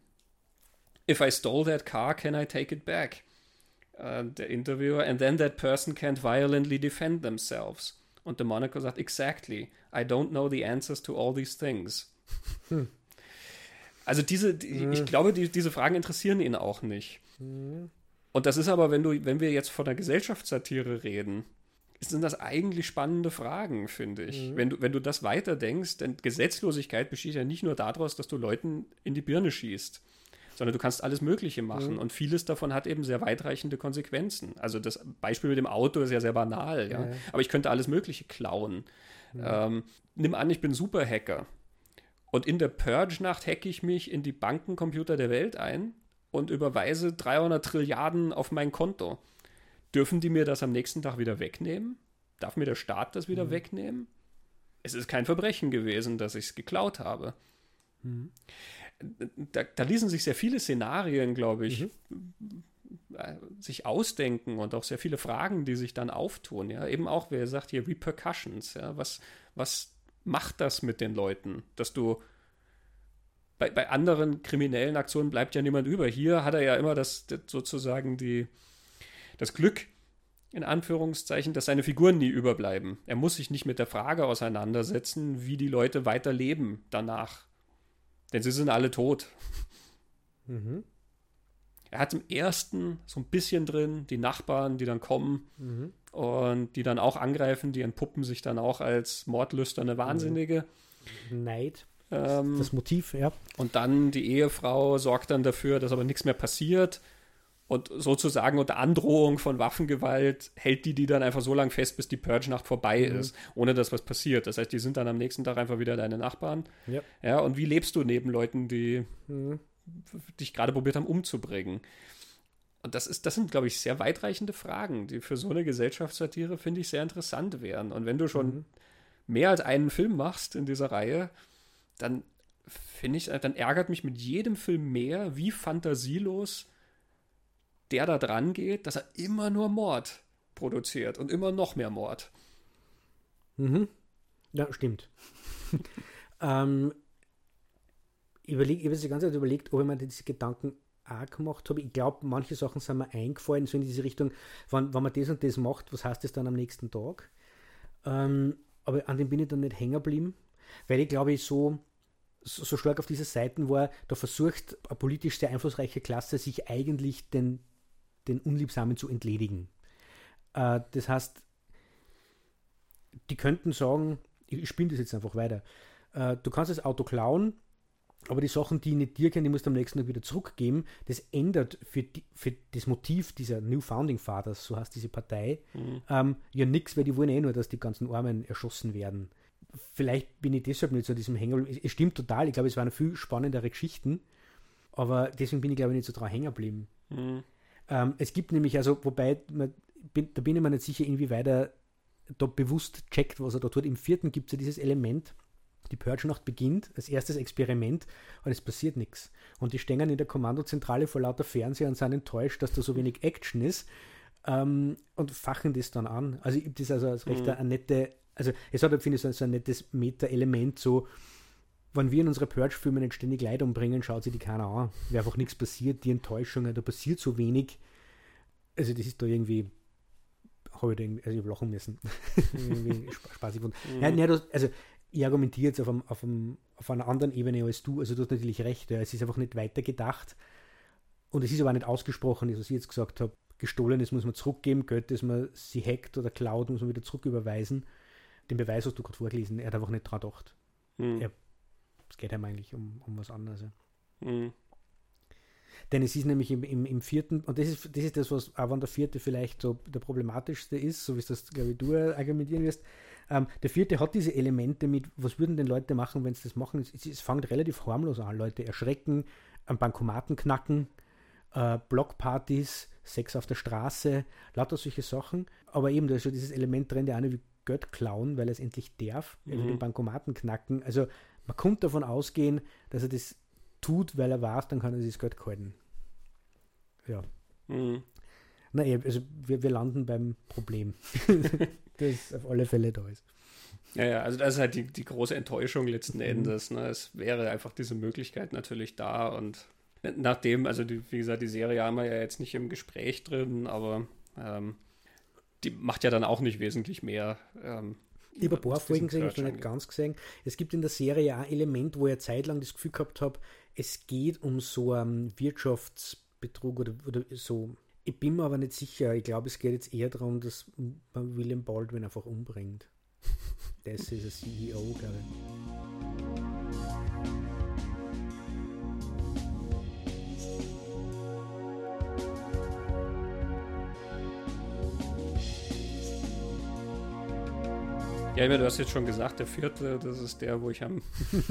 S1: if I stole that car, can I take it back? Uh, der Interviewer, and then that person can't violently defend themselves. Und DeMonaco sagt, exactly, I don't know the answers to all these things. Hm. Also diese, die, hm. ich glaube, die, diese Fragen interessieren ihn auch nicht. Hm. Und das ist aber, wenn du, wenn wir jetzt von der Gesellschaftssatire reden, sind das eigentlich spannende Fragen, finde ich. Mhm. Wenn du, wenn du das weiterdenkst, denn Gesetzlosigkeit besteht ja nicht nur daraus, dass du Leuten in die Birne schießt, sondern du kannst alles Mögliche machen. Mhm. Und vieles davon hat eben sehr weitreichende Konsequenzen. Also das Beispiel mit dem Auto ist ja sehr banal, ja. ja. Aber ich könnte alles Mögliche klauen. Mhm. Ähm, nimm an, ich bin Superhacker. Und in der Purge-Nacht hacke ich mich in die Bankencomputer der Welt ein und überweise dreihundert Trilliarden auf mein Konto. Dürfen die mir das am nächsten Tag wieder wegnehmen? Darf mir der Staat das wieder mhm. wegnehmen? Es ist kein Verbrechen gewesen, dass ich es geklaut habe. Mhm. Da, da ließen sich sehr viele Szenarien, glaube ich, mhm. sich ausdenken und auch sehr viele Fragen, die sich dann auftun. Ja? Eben auch, wer sagt hier, Repercussions. Ja? Was, was macht das mit den Leuten, dass du bei, bei anderen kriminellen Aktionen bleibt ja niemand über. Hier hat er ja immer das, das sozusagen die das Glück, in Anführungszeichen, dass seine Figuren nie überbleiben. Er muss sich nicht mit der Frage auseinandersetzen, wie die Leute weiterleben danach. Denn sie sind alle tot. Mhm. Er hat im ersten so ein bisschen drin, die Nachbarn, die dann kommen mhm. und die dann auch angreifen, die entpuppen sich dann auch als mordlüsterne Wahnsinnige.
S2: Neid.
S1: Ähm,
S2: das Motiv, ja.
S1: Und dann die Ehefrau sorgt dann dafür, dass aber nichts mehr passiert. Und sozusagen unter Androhung von Waffengewalt hält die die dann einfach so lange fest, bis die Purge-Nacht vorbei mhm. ist, ohne dass was passiert. Das heißt, die sind dann am nächsten Tag einfach wieder deine Nachbarn. Ja. Ja, und wie lebst du neben Leuten, die mhm. dich gerade probiert haben umzubringen? Und das ist, das sind, glaube ich, sehr weitreichende Fragen, die für so eine Gesellschaftssatire, finde ich, sehr interessant wären. Und wenn du schon mhm. mehr als einen Film machst in dieser Reihe, dann finde ich, dann ärgert mich mit jedem Film mehr, wie fantasielos der da dran geht, dass er immer nur Mord produziert und immer noch mehr Mord.
S2: Mhm. Ja, stimmt. ähm, ich überleg, ich habe jetzt die ganze Zeit überlegt, ob ich mir diese Gedanken auch gemacht habe. Ich glaube, manche Sachen sind mir eingefallen, so in diese Richtung, wenn, wenn man das und das macht, was heißt das dann am nächsten Tag? Ähm, aber an dem bin ich dann nicht hängen geblieben, weil ich glaube, ich so so, so stark auf diese Seiten war, da versucht eine politisch sehr einflussreiche Klasse sich eigentlich den den Unliebsamen zu entledigen. Äh, das heißt, die könnten sagen, ich, ich spinne das jetzt einfach weiter, äh, du kannst das Auto klauen, aber die Sachen, die nicht dir kennen, die musst du am nächsten Tag wieder zurückgeben. Das ändert für, die, für das Motiv dieser New Founding Fathers, so heißt diese Partei, mhm. ähm, ja nichts, weil die wollen eh nur, dass die ganzen Armen erschossen werden. Vielleicht bin ich deshalb nicht so an diesem Hänger. Es, es stimmt total, ich glaube, es waren viel spannendere Geschichten, aber deswegen bin ich, glaube ich, nicht so dran hängen geblieben. Mhm. Ähm, es gibt nämlich, also, wobei, man, bin, da bin ich mir nicht sicher, inwieweit er da bewusst checkt, was er da tut. Im vierten gibt es ja dieses Element, die Purge-Nacht beginnt, als erstes Experiment, und es passiert nichts. Und die stehen in der Kommandozentrale vor lauter Fernseher und sind enttäuscht, dass da so wenig Action ist, ähm, und fachen das dann an. Also ich habe das also als recht mhm. eine nette, also es hat, finde ich, so, so ein nettes Meta-Element, so wenn wir in unsere Purge-Filme nicht ständig Leute umbringen, schaut sich die keiner an. Weil einfach nichts passiert, die Enttäuschungen, da passiert so wenig. Also das ist da irgendwie, habe ich da irgendwie, also ich habe lachen müssen. irgendwie spaßig. Mhm. Nein, nein, das, also ich argumentiere jetzt auf, einem, auf, einem, auf einer anderen Ebene als du, also du hast natürlich recht, ja. Es ist einfach nicht weitergedacht und es ist aber auch nicht ausgesprochen, das was ich jetzt gesagt habe, Gestohlenes muss man zurückgeben, Geld, das man sie hackt oder klaut, muss man wieder zurücküberweisen. Den Beweis hast du gerade vorgelesen, er hat einfach nicht dran gedacht. Mhm. Er, es geht ihm eigentlich um, um was anderes. Ja. Mhm. Denn es ist nämlich im, im, im vierten, und das ist, das ist das, was auch wenn der vierte vielleicht so der problematischste ist, so wie es das, glaube ich, du argumentieren wirst. Ähm, der vierte hat diese Elemente mit, was würden denn Leute machen, wenn sie das machen? Es, es fängt relativ harmlos an. Leute erschrecken, am Bankomaten knacken, äh, Blockpartys, Sex auf der Straße, lauter solche Sachen. Aber eben, da ist schon dieses Element drin, der eine will Geld klauen, weil er es endlich darf, er will mhm. den Bankomaten knacken. Also man kommt davon ausgehen, dass er das tut, weil er weiß, dann kann er sich das Geld halten. Ja. Mhm. Na eben, also wir, wir landen beim Problem. Das auf alle Fälle da ist.
S1: Ja, ja, also das ist halt die, die große Enttäuschung letzten Endes. Ne? Es wäre einfach diese Möglichkeit natürlich da und nachdem, also die, wie gesagt, die Serie haben wir ja jetzt nicht im Gespräch drin, aber ähm, die macht ja dann auch nicht wesentlich mehr. Ähm,
S2: ich habe ein paar Folgen gesehen, ich habe noch nicht ganz gesehen. Es gibt in der Serie ja ein Element, wo ich eine Zeit lang das Gefühl gehabt habe, es geht um so einen Wirtschaftsbetrug oder, oder so. Ich bin mir aber nicht sicher. Ich glaube, es geht jetzt eher darum, dass man William Baldwin einfach umbringt. Das ist ein C E O, glaube ich.
S1: Ja, ich meine, du hast jetzt schon gesagt, der vierte, das ist der, wo ich am,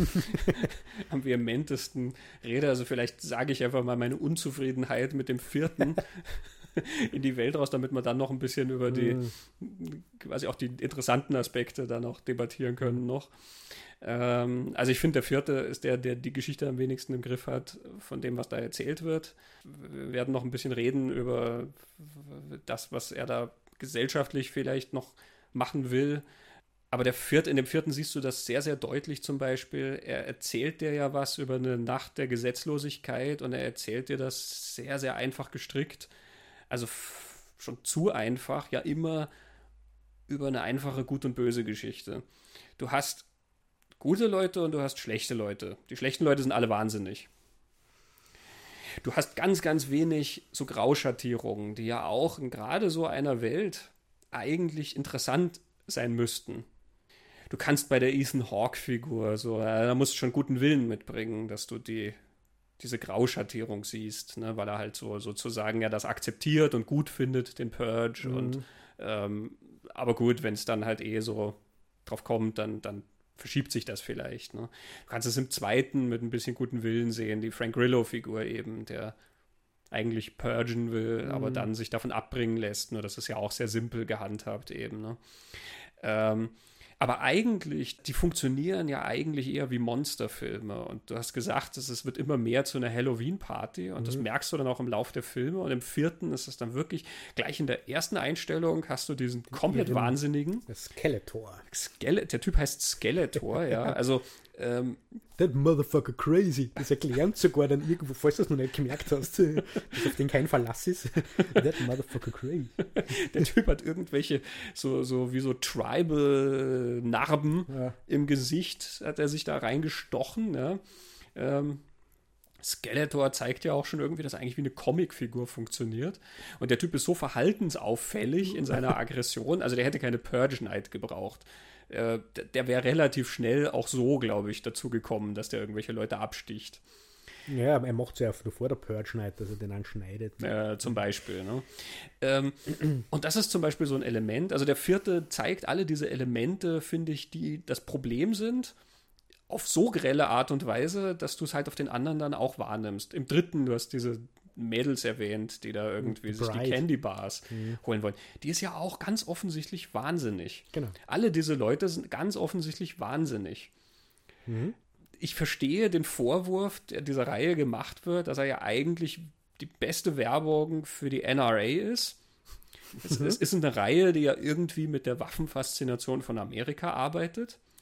S1: am vehementesten rede. Also vielleicht sage ich einfach mal meine Unzufriedenheit mit dem vierten in die Welt raus, damit wir dann noch ein bisschen über die, quasi auch die interessanten Aspekte dann auch debattieren können noch. Ähm, also ich finde, der vierte ist der, der die Geschichte am wenigsten im Griff hat von dem, was da erzählt wird. Wir werden noch ein bisschen reden über das, was er da gesellschaftlich vielleicht noch machen will. Aber der vierte, in dem vierten siehst du das sehr, sehr deutlich zum Beispiel. Er erzählt dir ja was über eine Nacht der Gesetzlosigkeit und er erzählt dir das sehr, sehr einfach gestrickt. Also f- schon zu einfach, ja immer über eine einfache Gut- und Böse-Geschichte. Du hast gute Leute und du hast schlechte Leute. Die schlechten Leute sind alle wahnsinnig. Du hast ganz, ganz wenig so Grauschattierungen, die ja auch in gerade so einer Welt eigentlich interessant sein müssten. Du kannst bei der Ethan Hawke-Figur so, äh, da musst du schon guten Willen mitbringen, dass du die, diese Grauschattierung siehst, ne? Weil er halt so sozusagen ja das akzeptiert und gut findet, den Purge. Mhm. Und ähm, aber gut, wenn es dann halt eh so drauf kommt, dann, dann verschiebt sich das vielleicht. Ne? Du kannst es im zweiten mit ein bisschen guten Willen sehen, die Frank Grillo-Figur eben, der eigentlich purgen will, mhm. aber dann sich davon abbringen lässt. Nur das ist ja auch sehr simpel gehandhabt eben. Ne? Ähm, aber eigentlich, die funktionieren ja eigentlich eher wie Monsterfilme. Und du hast gesagt, es wird immer mehr zu einer Halloween-Party. Und mhm. das merkst du dann auch im Lauf der Filme. Und im vierten ist es dann wirklich, gleich in der ersten Einstellung hast du diesen komplett wahnsinnigen
S2: Skeletor.
S1: Skele- der Typ heißt Skeletor, ja. Also Ähm,
S2: That motherfucker crazy. Das erklärt sogar dann irgendwo, falls du das noch nicht gemerkt hast, dass auf den kein Verlass ist. That motherfucker crazy.
S1: Der Typ hat irgendwelche, so, so wie so Tribal-Narben ja. im Gesicht, hat er sich da reingestochen. Ja. Ähm, Skeletor zeigt ja auch schon irgendwie, dass eigentlich wie eine Comicfigur funktioniert. Und der Typ ist so verhaltensauffällig in seiner Aggression, also der hätte keine Purge Night gebraucht. Äh, der wäre relativ schnell auch so, glaube ich, dazu gekommen, dass der irgendwelche Leute absticht.
S2: Ja, aber er macht es ja vor der Purge Night, dass er den anschneidet.
S1: Äh, zum Beispiel. Ne? Ähm, und das ist zum Beispiel so ein Element. Also der vierte zeigt alle diese Elemente, finde ich, die das Problem sind, auf so grelle Art und Weise, dass du es halt auf den anderen dann auch wahrnimmst. Im dritten, du hast diese Mädels erwähnt, die da irgendwie sich die Candy Bars mhm. holen wollen. Die ist ja auch ganz offensichtlich wahnsinnig.
S2: Genau.
S1: Alle diese Leute sind ganz offensichtlich wahnsinnig. Mhm. Ich verstehe den Vorwurf, der dieser Reihe gemacht wird, dass er ja eigentlich die beste Werbung für die N R A ist. Es, mhm. es ist eine Reihe, die ja irgendwie mit der Waffenfaszination von Amerika arbeitet.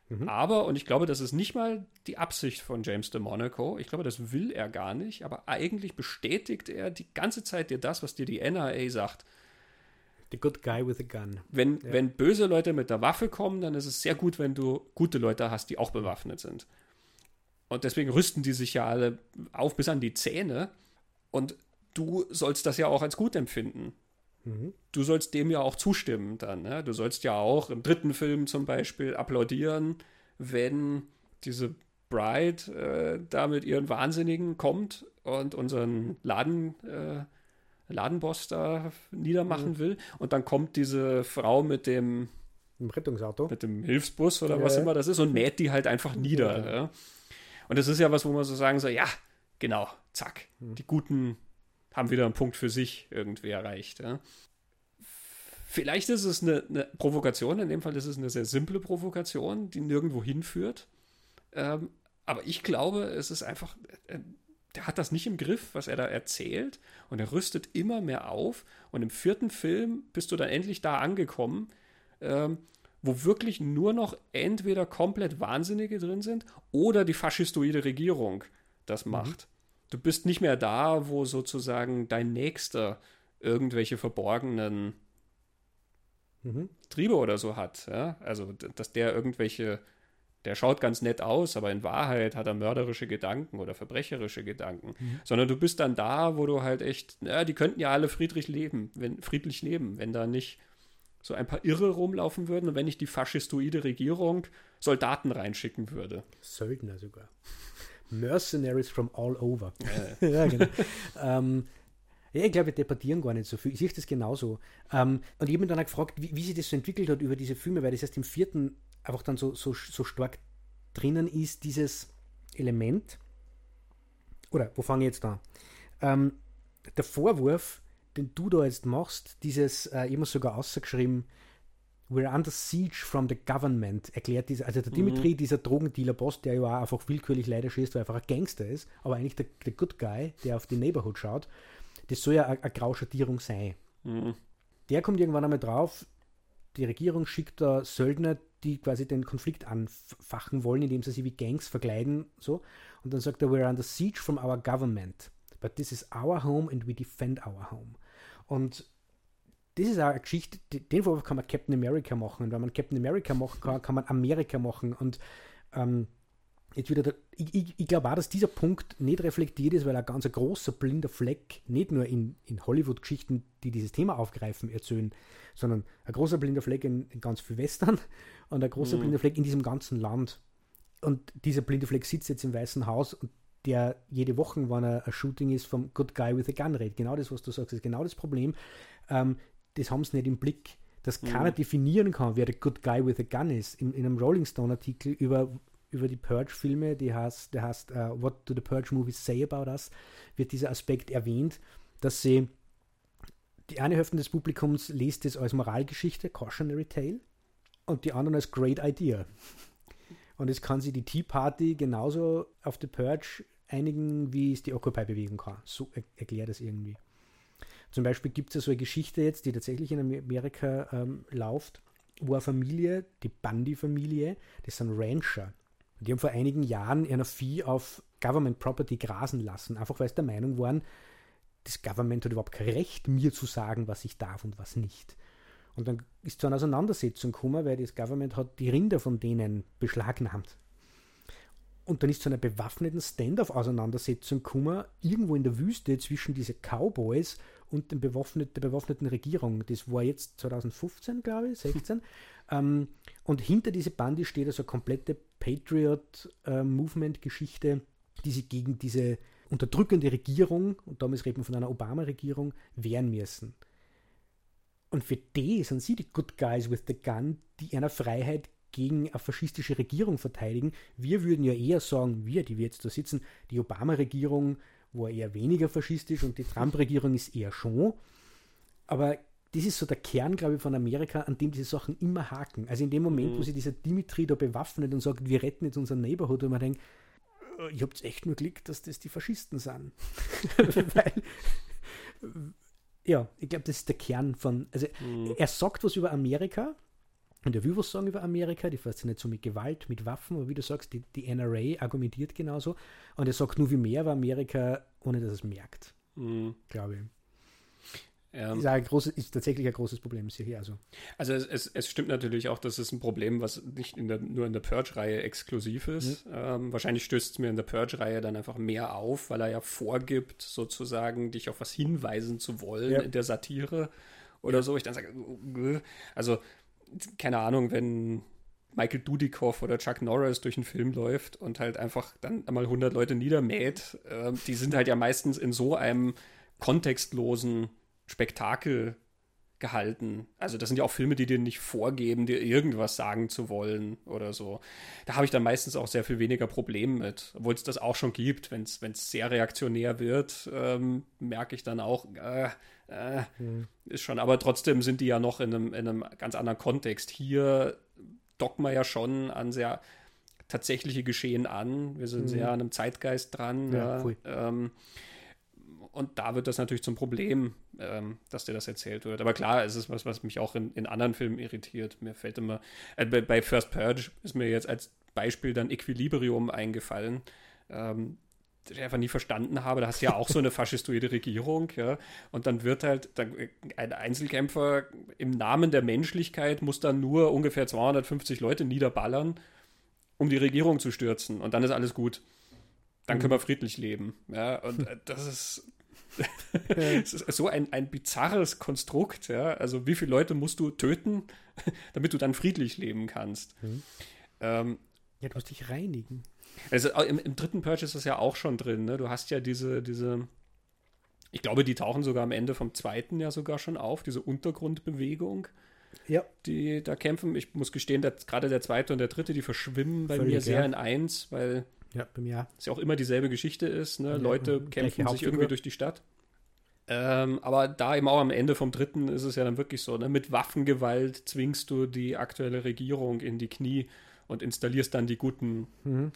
S1: Mhm. Aber, und ich glaube, das ist nicht mal die Absicht von James DeMonaco, ich glaube, das will er gar nicht, aber eigentlich bestätigt er die ganze Zeit dir das, was dir die N R A sagt.
S2: The good guy with a gun.
S1: Wenn,
S2: ja.
S1: wenn böse Leute mit der Waffe kommen, dann ist es sehr gut, wenn du gute Leute hast, die auch bewaffnet sind. Und deswegen rüsten die sich ja alle auf bis an die Zähne. Und du sollst das ja auch als gut empfinden. Mhm. Du sollst dem ja auch zustimmen dann. Ne? Du sollst ja auch im dritten Film zum Beispiel applaudieren, wenn diese Bride äh, da mit ihren Wahnsinnigen kommt und unseren Laden, äh, Ladenboss da niedermachen mhm. will. Und dann kommt diese Frau mit dem
S2: Im Rettungsauto.
S1: Mit dem Hilfsbus oder
S2: ja,
S1: was
S2: ja.
S1: immer das ist und mäht die halt einfach nieder. Ja. Ja? Und das ist ja was, wo man so sagen soll, ja, genau, zack. Mhm. Die Guten haben wieder einen Punkt für sich irgendwie erreicht. Ja? Vielleicht ist es eine, eine Provokation, in dem Fall ist es eine sehr simple Provokation, die nirgendwo hinführt. Ähm, aber ich glaube, es ist einfach, äh, der hat das nicht im Griff, was er da erzählt, und er rüstet immer mehr auf. Und im vierten Film bist du dann endlich da angekommen, ähm, wo wirklich nur noch entweder komplett Wahnsinnige drin sind oder die faschistoide Regierung das macht. Mhm. Du bist nicht mehr da, wo sozusagen dein Nächster irgendwelche verborgenen mhm. Triebe oder so hat. Ja? Also, dass der irgendwelche, der schaut ganz nett aus, aber in Wahrheit hat er mörderische Gedanken oder verbrecherische Gedanken. Mhm. Sondern du bist dann da, wo du halt echt, na, die könnten ja alle friedlich leben, wenn, friedlich leben, wenn da nicht so ein paar Irre rumlaufen würden und wenn nicht die faschistoide Regierung Soldaten reinschicken würde.
S2: Söldner sogar. Mercenaries from all over.
S1: Ja,
S2: ja genau. ähm, ja, ich glaube, wir debattieren gar nicht so viel. Ich sehe das genauso. Ähm, und ich habe mich dann auch gefragt, wie, wie sich das so entwickelt hat über diese Filme, weil das erst im vierten einfach dann so, so, so stark drinnen ist, dieses Element. Oder, wo fange ich jetzt an? Ähm, der Vorwurf, den du da jetzt machst, dieses, äh, ich habe sogar ausgeschrieben, we're under siege from the government, erklärt dieser, also der Dimitri, mhm. dieser Drogendealer-Boss, der ja auch einfach willkürlich leider schießt, weil er einfach ein Gangster ist, aber eigentlich der, der Good Guy, der auf die Neighborhood schaut, das soll ja eine, eine Grauschattierung sein. Mhm. Der kommt irgendwann einmal drauf, die Regierung schickt da Söldner, die quasi den Konflikt anfachen wollen, indem sie sich wie Gangs verkleiden, so, und dann sagt er, we're under siege from our government, but this is our home and we defend our home. Und das ist auch eine Geschichte, den Vorwurf kann man Captain America machen. Und wenn man Captain America machen kann, kann man Amerika machen. Und ähm, jetzt wieder der, ich, ich, ich glaube auch, dass dieser Punkt nicht reflektiert ist, weil ein ganz ein großer blinder Fleck nicht nur in, in Hollywood-Geschichten, die dieses Thema aufgreifen, erzählen, sondern ein großer blinder Fleck in, in ganz viel Western und ein großer mhm. blinder Fleck in diesem ganzen Land. Und dieser blinde Fleck sitzt jetzt im Weißen Haus und der jede Woche, wenn er ein Shooting ist, vom Good Guy with a Gun redet. Genau das, was du sagst, ist genau das Problem. Ähm, das haben sie nicht im Blick, dass mhm. keiner definieren kann, wer der Good Guy with a Gun ist. In, in einem Rolling Stone-Artikel über, über die Purge-Filme, die heißt, der heißt uh, What do the Purge Movies say about us, wird dieser Aspekt erwähnt, dass sie die eine Hälfte des Publikums liest es als Moralgeschichte, Cautionary Tale, und die anderen als Great Idea. Und jetzt kann sie die Tea Party genauso auf The Purge einigen, wie es die Occupy-Bewegung kann. So er, erklärt das irgendwie. Zum Beispiel gibt es ja so eine Geschichte jetzt, die tatsächlich in Amerika ähm, läuft, wo eine Familie, die Bundy-Familie, das sind Rancher, die haben vor einigen Jahren einer Vieh auf Government Property grasen lassen, einfach weil sie der Meinung waren, das Government hat überhaupt kein Recht, mir zu sagen, was ich darf und was nicht. Und dann ist zu einer Auseinandersetzung gekommen, weil das Government hat die Rinder von denen beschlagnahmt. Und dann ist zu einer bewaffneten Stand-off-Auseinandersetzung gekommen, irgendwo in der Wüste zwischen diesen Cowboys und dem bewaffnet, der bewaffneten Regierung. Das war jetzt zwanzig fünfzehn, glaube ich, sechzehn. ähm, und hinter diese Bande steht also eine komplette Patriot-Movement-Geschichte, die sich gegen diese unterdrückende Regierung, und damals reden wir von einer Obama-Regierung, wehren müssen. Und für die sind sie die Good Guys with the Gun, die einer Freiheit gegen eine faschistische Regierung verteidigen. Wir würden ja eher sagen, wir, die wir jetzt da sitzen, die Obama-Regierung war eher weniger faschistisch und die Trump-Regierung ist eher schon. Aber das ist so der Kern, glaube ich, von Amerika, an dem diese Sachen immer haken. Also in dem Moment, mhm. wo sich dieser Dimitri da bewaffnet und sagt, wir retten jetzt unseren Neighborhood, und man denkt, ich hab's echt nur Glück, dass das die Faschisten sind. Weil, ja, ich glaube, das ist der Kern von, also mhm. er sagt was über Amerika, Und er will was sagen über Amerika, die Faszination mit Gewalt, mit Waffen, aber wie du sagst, die, die N R A argumentiert genauso. Und er sagt nur, wie mehr war Amerika, ohne dass es merkt. Mhm. Glaube ich. Ähm, ist, ein großes, ist tatsächlich ein großes Problem hier. Also,
S1: also es, es, es stimmt natürlich auch, dass es ein Problem, was nicht in der, nur in der Purge-Reihe exklusiv ist. Mhm. Ähm, wahrscheinlich stößt es mir in der Purge-Reihe dann einfach mehr auf, weil er ja vorgibt, sozusagen dich auf was hinweisen zu wollen ja. in der Satire oder so. Ich dann sage, also keine Ahnung, wenn Michael Dudikoff oder Chuck Norris durch einen Film läuft und halt einfach dann einmal hundert Leute niedermäht, äh, die sind halt ja meistens in so einem kontextlosen Spektakel gehalten. Also das sind ja auch Filme, die dir nicht vorgeben, dir irgendwas sagen zu wollen oder so. Da habe ich dann meistens auch sehr viel weniger Probleme mit, obwohl es das auch schon gibt. Wenn es sehr reaktionär wird, ähm, merke ich dann auch, äh, äh, mhm. ist schon, aber trotzdem sind die ja noch in einem, in einem ganz anderen Kontext. Hier dockt man ja schon an sehr tatsächliche Geschehen an. Wir sind mhm. sehr an einem Zeitgeist dran. Ja, ja, ähm, und da wird das natürlich zum Problem, ähm, dass dir das erzählt wird. Aber klar, es ist was, was mich auch in, in anderen Filmen irritiert. Mir fällt immer, äh, bei, bei First Purge ist mir jetzt als Beispiel dann Equilibrium eingefallen, ähm, ich einfach nie verstanden habe. Da hast du ja auch so eine faschistoide Regierung, ja. Und dann wird halt dann ein Einzelkämpfer im Namen der Menschlichkeit muss dann nur ungefähr zweihundertfünfzig Leute niederballern, um die Regierung zu stürzen. Und dann ist alles gut. Dann können wir friedlich leben. Ja. Und das ist, das ist so ein, ein bizarres Konstrukt, ja. Also wie viele Leute musst du töten, damit du dann friedlich leben kannst?
S2: Mhm.
S1: Ähm,
S2: ja, du musst dich reinigen.
S1: Also im, im dritten Purge ist das ja auch schon drin, ne? Du hast ja diese, diese, ich glaube, die tauchen sogar am Ende vom zweiten ja sogar schon auf, diese Untergrundbewegung,
S2: ja.
S1: die da kämpfen. Ich muss gestehen, dass gerade der zweite und der dritte, die verschwimmen bei Völlig, mir sehr ja. in eins, weil
S2: ja, bei mir.
S1: es ja auch immer dieselbe Geschichte ist, ne? Ja,
S2: Leute
S1: kämpfen sich irgendwie durch die Stadt. Ähm, aber da eben auch am Ende vom dritten ist es ja dann wirklich so, ne? Mit Waffengewalt zwingst du die aktuelle Regierung in die Knie und installierst dann die Guten.
S2: Mhm.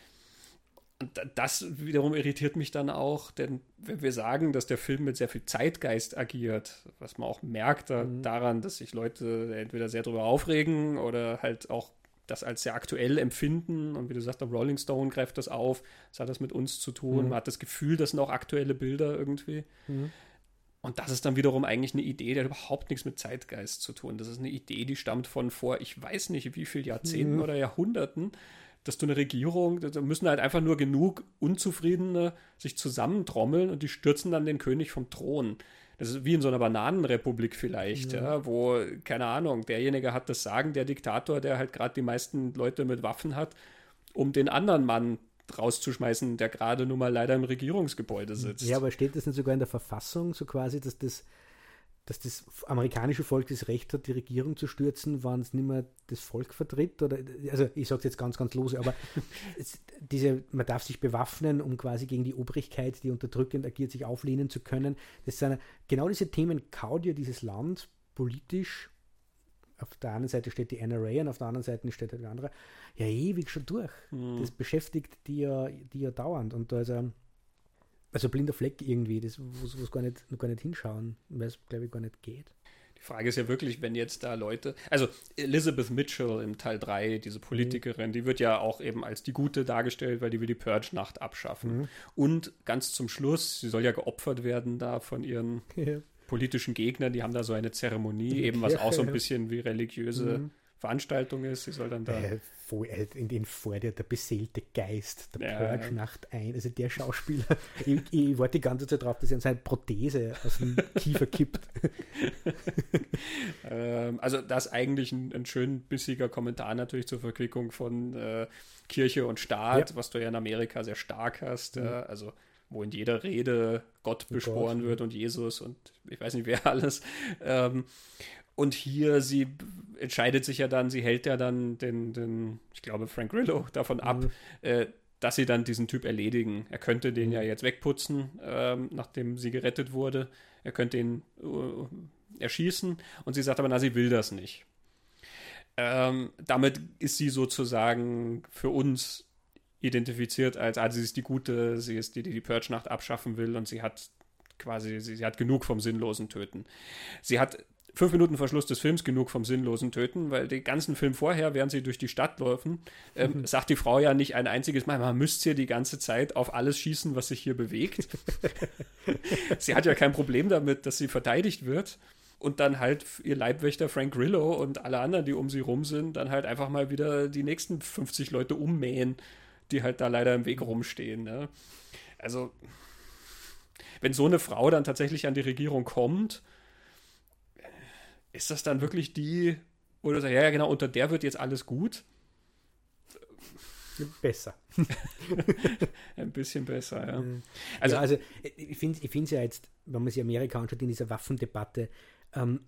S1: Und das wiederum irritiert mich dann auch, denn wenn wir sagen, dass der Film mit sehr viel Zeitgeist agiert, was man auch merkt da, mhm. daran, dass sich Leute entweder sehr drüber aufregen oder halt auch das als sehr aktuell empfinden und wie du sagst, der Rolling Stone greift das auf, das hat das mit uns zu tun, mhm. man hat das Gefühl, das sind auch aktuelle Bilder irgendwie.
S2: Mhm.
S1: Und das ist dann wiederum eigentlich eine Idee, die hat überhaupt nichts mit Zeitgeist zu tun. Das ist eine Idee, die stammt von vor, ich weiß nicht wie viel Jahrzehnten mhm. oder Jahrhunderten, dass du eine Regierung, da müssen halt einfach nur genug Unzufriedene sich zusammentrommeln und die stürzen dann den König vom Thron. Das ist wie in so einer Bananenrepublik vielleicht, ja. Ja, wo, keine Ahnung, derjenige hat das Sagen, der Diktator, der halt gerade die meisten Leute mit Waffen hat, um den anderen Mann rauszuschmeißen, der gerade nun mal leider im Regierungsgebäude sitzt.
S2: Ja, aber steht das nicht sogar in der Verfassung, so quasi, dass das dass das amerikanische Volk das Recht hat, die Regierung zu stürzen, wenn es nicht mehr das Volk vertritt? Oder, also ich sage es jetzt ganz, ganz lose, aber es, diese, man darf sich bewaffnen, um quasi gegen die Obrigkeit, die unterdrückend agiert, sich auflehnen zu können. Das sind genau diese Themen, kaut ja dieses Land politisch. Auf der einen Seite steht die N R A und auf der anderen Seite steht der andere. Ja, ewig schon durch. Mhm. Das beschäftigt die ja, die ja dauernd. Und da ist ein Also blinder Fleck irgendwie, das wo es gar nicht, gar nicht hinschauen, weil es, glaube ich, gar nicht geht.
S1: Die Frage ist ja wirklich, wenn jetzt da Leute, also Elizabeth Mitchell im Teil drei, diese Politikerin, mhm. die wird ja auch eben als die Gute dargestellt, weil die will die Purge-Nacht abschaffen. Mhm. Und ganz zum Schluss, sie soll ja geopfert werden da von ihren ja. politischen Gegnern, die haben da so eine Zeremonie, eben was ja, auch so ein bisschen wie religiöse mhm. Veranstaltung ist. Sie soll dann da...
S2: Äh, voll, in den vor dir der beseelte Geist der ja. Purge-Nacht ein. Also der Schauspieler, ich, ich warte die ganze Zeit drauf, dass er seine Prothese aus dem Kiefer kippt.
S1: ähm, also das ist eigentlich ein, ein schön bissiger Kommentar natürlich zur Verquickung von äh, Kirche und Staat, ja. was du ja in Amerika sehr stark hast. Mhm. Äh, also wo in jeder Rede Gott beschworen Gott, wird und Jesus und ich weiß nicht wer alles. Ähm, Und hier, sie entscheidet sich ja dann, sie hält ja dann den, den ich glaube, Frank Grillo davon ab, mhm. äh, dass sie dann diesen Typ erledigen. Er könnte den mhm. ja jetzt wegputzen, ähm, nachdem sie gerettet wurde. Er könnte ihn äh, erschießen. Und sie sagt aber, na, sie will das nicht. Ähm, damit ist sie sozusagen für uns identifiziert als, also sie ist die Gute, sie ist die, die die Purge-Nacht abschaffen will und sie hat quasi, sie, sie hat genug vom sinnlosen Töten. Sie hat fünf Minuten vor Schluss des Films genug vom sinnlosen Töten, weil den ganzen Film vorher, während sie durch die Stadt laufen, ähm, mhm. sagt die Frau ja nicht ein einziges Mal, man müsste hier die ganze Zeit auf alles schießen, was sich hier bewegt. Sie hat ja kein Problem damit, dass sie verteidigt wird. Und dann halt ihr Leibwächter Frank Grillo und alle anderen, die um sie rum sind, dann halt einfach mal wieder die nächsten fünfzig Leute ummähen, die halt da leider im Weg rumstehen. Ne? Also, wenn so eine Frau dann tatsächlich an die Regierung kommt, ist das dann wirklich die, wo du sagst, ja, ja, genau, unter der wird jetzt alles gut?
S2: Besser.
S1: Ein bisschen besser, ja.
S2: Also, ja, also ich finde es ja jetzt, wenn man sich Amerika anschaut, in dieser Waffendebatte, ähm,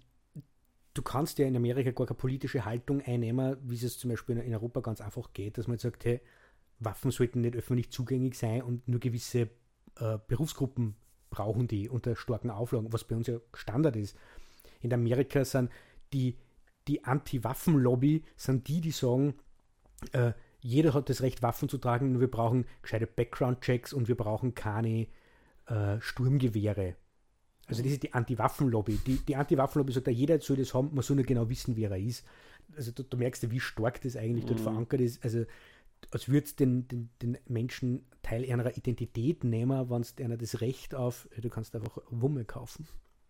S2: du kannst ja in Amerika gar keine politische Haltung einnehmen, wie es zum Beispiel in Europa ganz einfach geht, dass man sagt, hey, Waffen sollten nicht öffentlich zugänglich sein und nur gewisse äh, Berufsgruppen brauchen die unter starken Auflagen, was bei uns ja Standard ist. In Amerika sind die, die Anti-Waffen-Lobby, sind die, die sagen, äh, jeder hat das Recht, Waffen zu tragen, nur wir brauchen gescheite Background-Checks und wir brauchen keine äh, Sturmgewehre. Also das ist die Anti-Waffen-Lobby. Die, die Anti-Waffen-Lobby sagt, jeder soll das haben, man soll nur genau wissen, wer er ist. Also du, du merkst ja, wie stark das eigentlich mhm. dort verankert ist. Also als würde es den, den, den Menschen Teil ihrer Identität nehmen, wenn es einer das Recht auf, du kannst einfach Wumme kaufen.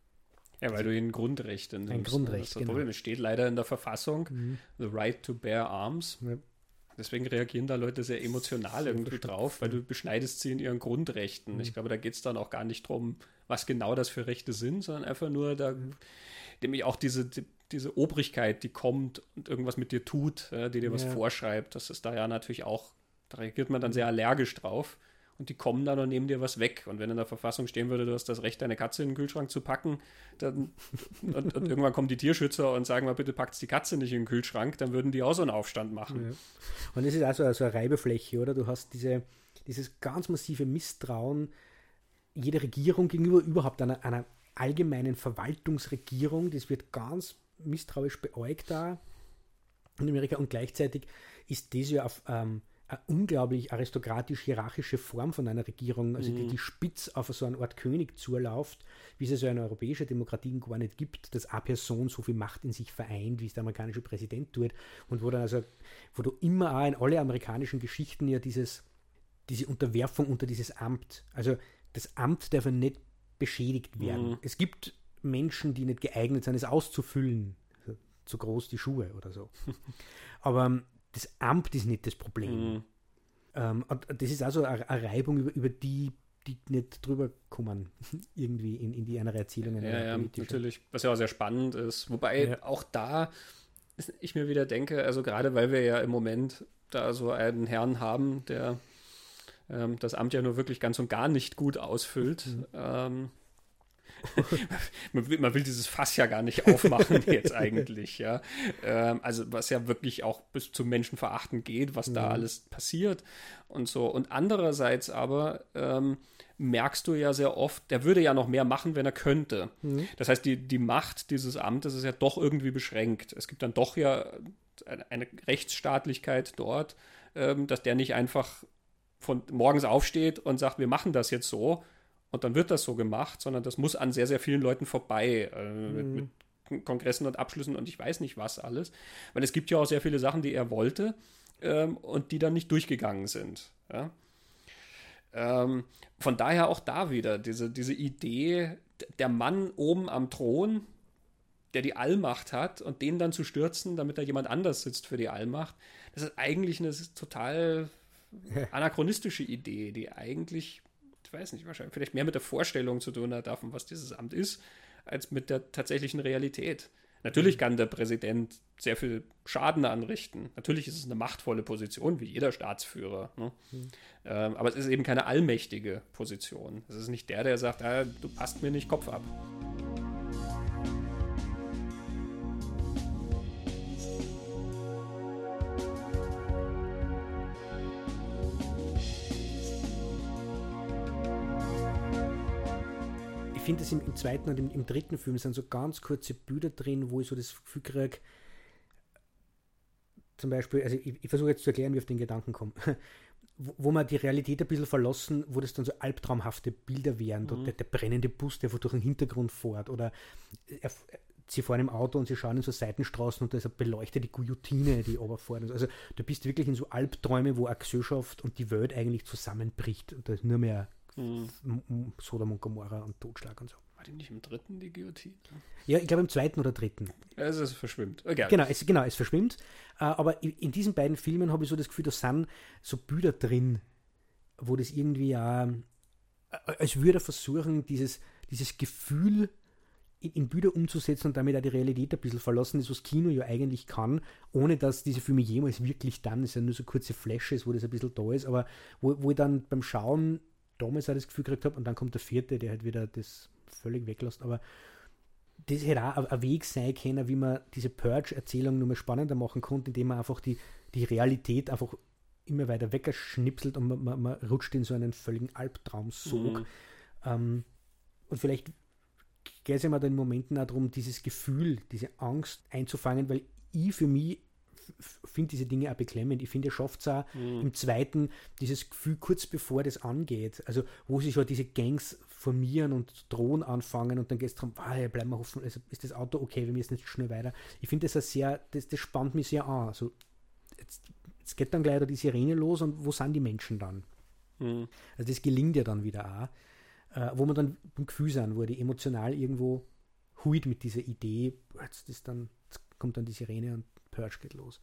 S1: Ja, weil du ihnen Grundrechte nimmst.
S2: Ein Grundrecht,
S1: das ist das Problem.
S2: Genau.
S1: Es steht leider in der Verfassung,
S2: mhm.
S1: the right to bear arms.
S2: Ja.
S1: Deswegen reagieren da Leute sehr emotional sehr irgendwie drauf, weil du beschneidest sie in ihren Grundrechten. Mhm. Ich glaube, da geht es dann auch gar nicht darum, was genau das für Rechte sind, sondern einfach nur, da, mhm. nämlich auch diese, die, diese Obrigkeit, die kommt und irgendwas mit dir tut, äh, die dir was ja. vorschreibt. Das ist da ja natürlich auch, da reagiert man dann sehr allergisch drauf. Und die kommen dann und nehmen dir was weg. Und wenn in der Verfassung stehen würde, du hast das Recht, deine Katze in den Kühlschrank zu packen, dann, und, und irgendwann kommen die Tierschützer und sagen mal, bitte packt die Katze nicht in den Kühlschrank, dann würden die auch so einen Aufstand machen.
S2: Ja. Und das ist also so eine Reibefläche, oder? Du hast diese, dieses ganz massive Misstrauen jeder Regierung gegenüber, überhaupt einer, einer allgemeinen Verwaltungsregierung. Das wird ganz misstrauisch beäugt da in Amerika. Und gleichzeitig ist das ja auf ähm, eine unglaublich aristokratisch-hierarchische Form von einer Regierung, also die, die spitz auf so eine Art König zuläuft, wie es also in europäischen Demokratien gar nicht gibt, dass eine Person so viel Macht in sich vereint, wie es der amerikanische Präsident tut, und wo dann also, wo du immer auch in alle amerikanischen Geschichten ja dieses, diese Unterwerfung unter dieses Amt, also das Amt darf ja nicht beschädigt werden. Mhm. Es gibt Menschen, die nicht geeignet sind, es auszufüllen, also zu groß die Schuhe oder so. Aber das Amt ist nicht das Problem. Mhm. Ähm, und das ist also eine, eine Reibung, über, über die, die nicht drüber kommen, irgendwie in, in die einer Erzählung.
S1: Ja, ja, natürlich, was ja auch sehr spannend ist. Wobei ja. auch da ich mir wieder denke, also gerade weil wir ja im Moment da so einen Herrn haben, der ähm, das Amt ja nur wirklich ganz und gar nicht gut ausfüllt. Mhm. Ähm, man, will, man will dieses Fass ja gar nicht aufmachen jetzt eigentlich, ja. Ähm, also was ja wirklich auch bis zum Menschenverachten geht, was mhm. da alles passiert und so. Und andererseits aber ähm, merkst du ja sehr oft, der würde ja noch mehr machen, wenn er könnte. Mhm. Das heißt, die, die Macht dieses Amtes ist ja doch irgendwie beschränkt. Es gibt dann doch ja eine, eine Rechtsstaatlichkeit dort, ähm, dass der nicht einfach von morgens aufsteht und sagt, wir machen das jetzt so, und dann wird das so gemacht, sondern das muss an sehr, sehr vielen Leuten vorbei, äh, mhm. mit, mit Kongressen und Abschlüssen und ich weiß nicht was alles. Weil es gibt ja auch sehr viele Sachen, die er wollte ähm, und die dann nicht durchgegangen sind. Ja? Ähm, von daher auch da wieder diese, diese Idee, der Mann oben am Thron, der die Allmacht hat und den dann zu stürzen, damit da jemand anders sitzt für die Allmacht, das ist eigentlich eine total anachronistische Idee, die eigentlich, ich weiß nicht, wahrscheinlich vielleicht mehr mit der Vorstellung zu tun hat davon, was dieses Amt ist, als mit der tatsächlichen Realität. Natürlich kann der Präsident sehr viel Schaden anrichten. Natürlich ist es eine machtvolle Position, wie jeder Staatsführer. Ne? Mhm. Ähm, aber es ist eben keine allmächtige Position. Es ist nicht der, der sagt, ah, du passt mir nicht, Kopf ab.
S2: Ich finde, dass im, im zweiten und im, im dritten Film sind so ganz kurze Bilder drin, wo ich so das Gefühl kriege, zum Beispiel, also ich, ich versuche jetzt zu erklären, wie ich auf den Gedanken komme, wo, wo man die Realität ein bisschen verlassen, wo das dann so albtraumhafte Bilder wären, mhm. der, der brennende Bus, der durch den Hintergrund fährt, oder er, sie fahren im Auto und sie schauen in so Seitenstraßen und da ist eine beleuchtete Guillotine, die runterfährt. Also du bist wirklich in so Albträume, wo eine Gesellschaft und die Welt eigentlich zusammenbricht und da ist nur mehr mhm. Sodom und Gomorra und Totschlag und so.
S1: War die nicht im dritten, die Guillotine?
S2: Ja, ich glaube im zweiten oder dritten.
S1: Also es verschwimmt. Okay.
S2: Genau, es, genau, es verschwimmt. Aber in diesen beiden Filmen habe ich so das Gefühl, da sind so Bilder drin, wo das irgendwie ja, als würde er versuchen, dieses, dieses Gefühl in, in Bilder umzusetzen und damit auch die Realität ein bisschen verlassen ist, was Kino ja eigentlich kann, ohne dass diese Filme jemals wirklich dann, es sind nur so kurze Flashes, wo das ein bisschen da ist, aber wo, wo ich dann beim Schauen damals auch das Gefühl gekriegt habe, und dann kommt der vierte, der halt wieder das völlig weglässt, aber das hätte auch ein Weg sein können, wie man diese Purge-Erzählung nur mehr spannender machen konnte, indem man einfach die, die Realität einfach immer weiter weggeschnipselt und man, man, man rutscht in so einen völligen Albtraumsog. Mhm. Ähm, und vielleicht geht es ja mal in Momenten auch darum, dieses Gefühl, diese Angst einzufangen, weil ich für mich finde diese Dinge auch beklemmend. Ich finde, er schafft es auch mhm. im zweiten, dieses Gefühl kurz bevor das angeht, also wo sich halt diese Gangs formieren und drohen anfangen und dann geht es darum, ah, ja, bleiben wir hoffen, also ist das Auto okay, wir müssen jetzt schnell weiter. Ich finde das auch sehr, das, das spannt mich sehr an. Also jetzt, jetzt geht dann gleich die Sirene los und wo sind die Menschen dann? Mhm. Also das gelingt ja dann wieder auch, äh, wo man dann beim Gefühl sind, wo die emotional irgendwo huit mit dieser Idee, jetzt, ist dann, jetzt kommt dann die Sirene und Purge geht los.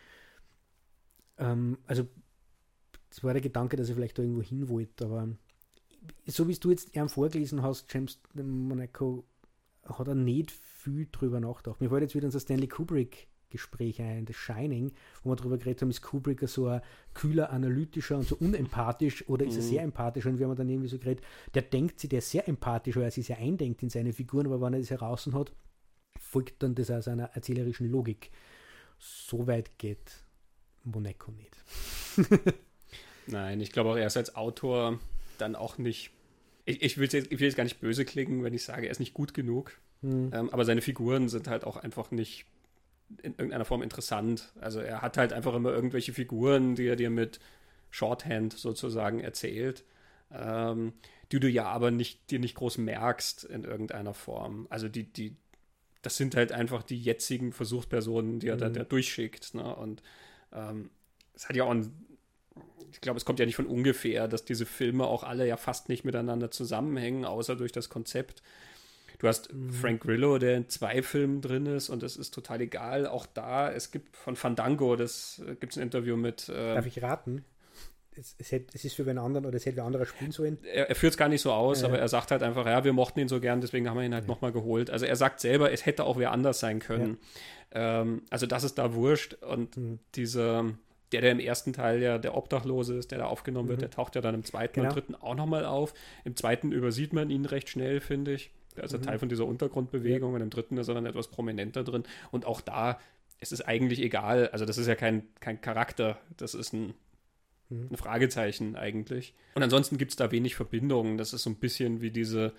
S2: Ähm, also, das war der Gedanke, dass er vielleicht da irgendwo hin wollte, aber so wie du jetzt ihm vorgelesen hast, James Monaco, hat er nicht viel drüber nachgedacht. Mir fällt jetzt wieder unser Stanley Kubrick-Gespräch ein, das Shining, wo wir drüber geredet haben, ist Kubrick so ein kühler, analytischer und so unempathisch oder ist er sehr empathisch? Und wir haben dann irgendwie so geredet, der denkt sich, der ist sehr empathisch, weil er sich sehr eindenkt in seine Figuren, aber wenn er das heraus hat, folgt dann das aus einer erzählerischen Logik. So weit geht Monaco nicht.
S1: Nein, ich glaube auch, er ist als Autor dann auch nicht, ich, ich, will jetzt, ich will jetzt gar nicht böse klingen, wenn ich sage, er ist nicht gut genug, hm. ähm, aber seine Figuren sind halt auch einfach nicht in irgendeiner Form interessant. Also er hat halt einfach immer irgendwelche Figuren, die er dir mit Shorthand sozusagen erzählt, ähm, die du ja aber nicht, dir nicht groß merkst in irgendeiner Form. Also die, die das sind halt einfach die jetzigen Versuchspersonen, die er mhm. da, da durchschickt. Ne? Und ähm, es hat ja auch ein, ich glaube, es kommt ja nicht von ungefähr, dass diese Filme auch alle ja fast nicht miteinander zusammenhängen, außer durch das Konzept. Du hast mhm. Frank Grillo, der in zwei Filmen drin ist und das ist total egal. Auch da, es gibt von Fandango, das äh, gibt es ein Interview mit... Äh,
S2: Darf ich raten? Es, es, hätte, es ist für einen anderen oder es hätte wer anderer spielen sollen.
S1: Er, er führt es gar nicht so aus, äh. aber er sagt halt einfach, ja, wir mochten ihn so gern, deswegen haben wir ihn halt ja. nochmal geholt. Also er sagt selber, es hätte auch wer anders sein können. Ja. Ähm, also das ist da wurscht. Und mhm. dieser, der, der im ersten Teil ja der Obdachlose ist, der da aufgenommen mhm. wird, der taucht ja dann im zweiten genau. und dritten auch nochmal auf. Im zweiten übersieht man ihn recht schnell, finde ich. Der ist mhm. Teil von dieser Untergrundbewegung ja. und im dritten ist er dann etwas prominenter drin. Und auch da, es ist eigentlich egal, also das ist ja kein, kein Charakter, das ist ein Ein Fragezeichen eigentlich. Und ansonsten gibt es da wenig Verbindungen. Das ist so ein bisschen wie diese,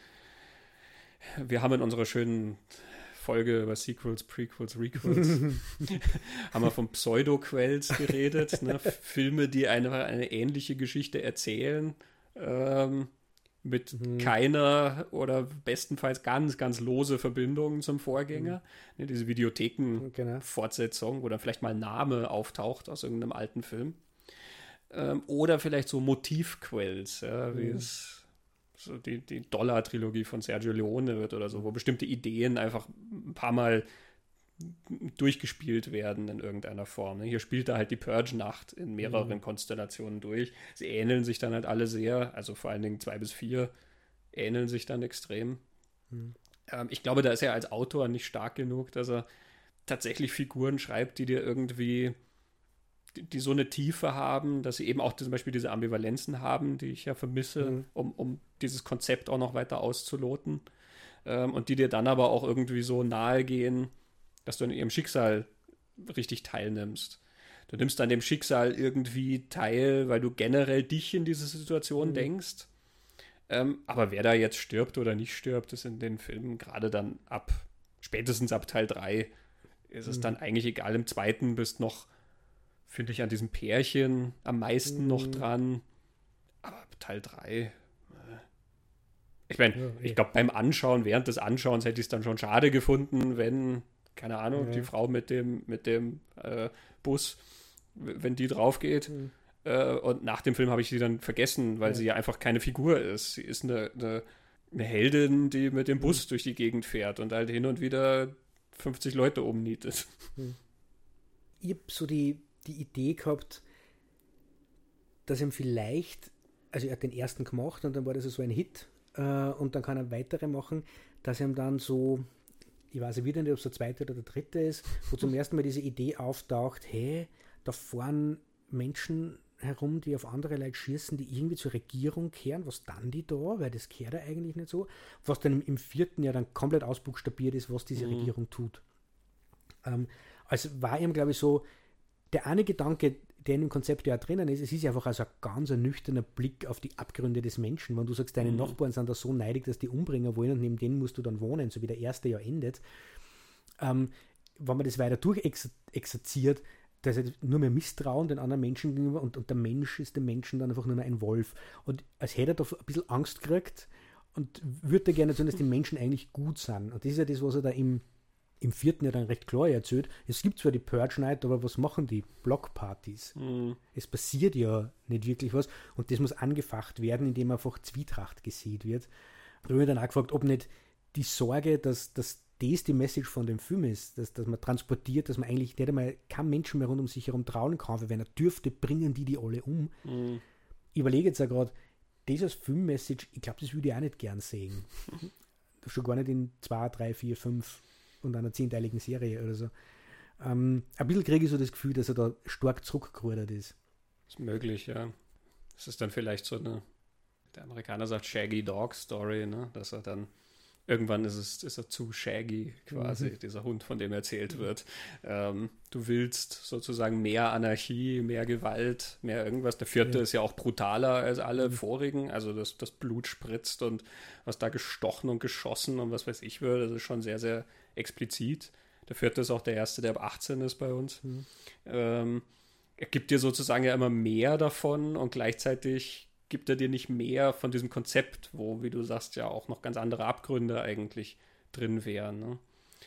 S1: wir haben in unserer schönen Folge über Sequels, Prequels, Requels, haben wir von Pseudo-Quells geredet. Ne? Filme, die eine, eine ähnliche Geschichte erzählen, ähm, mit mhm. keiner oder bestenfalls ganz, ganz lose Verbindungen zum Vorgänger. Mhm. Ne, diese Videotheken-Fortsetzung, genau. wo dann vielleicht mal ein Name auftaucht aus irgendeinem alten Film. Ähm, oder vielleicht so Motivquells, ja, wie mhm. es so die, die Dollar-Trilogie von Sergio Leone wird oder so, wo bestimmte Ideen einfach ein paar Mal durchgespielt werden in irgendeiner Form. Ne? Hier spielt er halt die Purge-Nacht in mehreren mhm. Konstellationen durch. Sie ähneln sich dann halt alle sehr, also vor allen Dingen zwei bis vier ähneln sich dann extrem. Mhm. Ähm, ich glaube, da ist er als Autor nicht stark genug, dass er tatsächlich Figuren schreibt, die dir irgendwie die so eine Tiefe haben, dass sie eben auch zum Beispiel diese Ambivalenzen haben, die ich ja vermisse, mhm. um, um dieses Konzept auch noch weiter auszuloten. Ähm, und die dir dann aber auch irgendwie so nahe gehen, dass du an ihrem Schicksal richtig teilnimmst. Du nimmst an dem Schicksal irgendwie teil, weil du generell dich in diese Situation mhm. denkst. Ähm, aber wer da jetzt stirbt oder nicht stirbt, ist in den Filmen gerade dann ab, spätestens ab Teil drei, ist mhm. es dann eigentlich egal. Im zweiten bist noch finde ich an diesem Pärchen am meisten mm. noch dran. Aber Teil drei, äh, Ich meine,
S2: Ja,
S1: ich
S2: eh.
S1: glaube, beim Anschauen, während des Anschauens hätte ich es dann schon schade gefunden, wenn, keine Ahnung,
S2: Ja.
S1: die Frau mit dem, mit dem äh, Bus, w- wenn die drauf geht.
S2: Mhm.
S1: Äh, und nach dem Film habe ich sie dann vergessen, weil
S2: Ja.
S1: sie ja einfach keine Figur ist. Sie ist eine, eine, eine Heldin, die mit dem Bus durch die Gegend fährt und halt hin und wieder fünfzig Leute umnietet.
S2: Ich habe so die, die Idee gehabt, dass ihm vielleicht, also er hat den ersten gemacht und dann war das so ein Hit äh, und dann kann er weitere machen, dass ihm dann so, ich weiß wieder nicht, ob es der zweite oder der dritte ist, wo zum ersten Mal diese Idee auftaucht, hey, da fahren Menschen herum, die auf andere Leute schießen, die irgendwie zur Regierung kehren, was dann die da, weil das kehrt ja eigentlich nicht so, was dann im, im vierten ja dann komplett ausbuchstabiert ist, was diese
S1: Mhm.
S2: Regierung tut. Ähm, also war ihm, glaube ich, so, der eine Gedanke, der in dem Konzept ja auch drinnen ist, es ist ja einfach also ein ganz ein nüchterner Blick auf die Abgründe des Menschen. Wenn du sagst, deine
S1: Mhm.
S2: Nachbarn sind da so neidig, dass die umbringen wollen und neben denen musst du dann wohnen, so wie der erste ja endet. Ähm, wenn man das weiter durchexerziert, dass er nur mehr Misstrauen den anderen Menschen gegenüber und, und der Mensch ist dem Menschen dann einfach nur mehr ein Wolf. Und als hätte er da ein bisschen Angst gekriegt und würde gerne tun, dass die Menschen eigentlich gut sind. Und das ist ja das, was er da im im vierten ja dann recht klar erzählt, es gibt zwar die Purge Night, aber was machen die? Blockpartys.
S1: Mhm.
S2: Es passiert ja nicht wirklich was und das muss angefacht werden, indem einfach Zwietracht gesät wird. Da habe ich dann auch gefragt, ob nicht die Sorge, dass, dass das die Message von dem Film ist, dass, dass man transportiert, dass man eigentlich nicht einmal kein Menschen mehr rund um sich herum trauen kann, weil wenn er dürfte, bringen die die alle um.
S1: Mhm.
S2: Ich überlege jetzt auch gerade, das als Filmmessage, ich glaube, das würde ich auch nicht gern sehen. Schon gar nicht in zwei, drei, vier, fünf und einer zehnteiligen Serie oder so. Ähm, ein bisschen kriege ich so das Gefühl, dass er da stark zurückgerudert ist.
S1: Ist möglich, ja. Das ist dann vielleicht so eine, der Amerikaner sagt Shaggy Dog Story, ne? Dass er dann, irgendwann ist es, ist er zu shaggy quasi,
S2: Mhm.
S1: dieser Hund, von dem erzählt wird. Ähm, du willst sozusagen mehr Anarchie, mehr Gewalt, mehr irgendwas. Der vierte
S2: Ja.
S1: ist ja auch brutaler als alle
S2: Mhm.
S1: vorigen, also das, das Blut spritzt und was da gestochen und geschossen und was weiß ich wird, das ist schon sehr, sehr explizit. Der vierte ist auch der erste, der ab achtzehn ist bei uns.
S2: Mhm.
S1: Ähm, er gibt dir sozusagen ja immer mehr davon und gleichzeitig gibt er dir nicht mehr von diesem Konzept, wo, wie du sagst, ja auch noch ganz andere Abgründe eigentlich drin wären. Ne?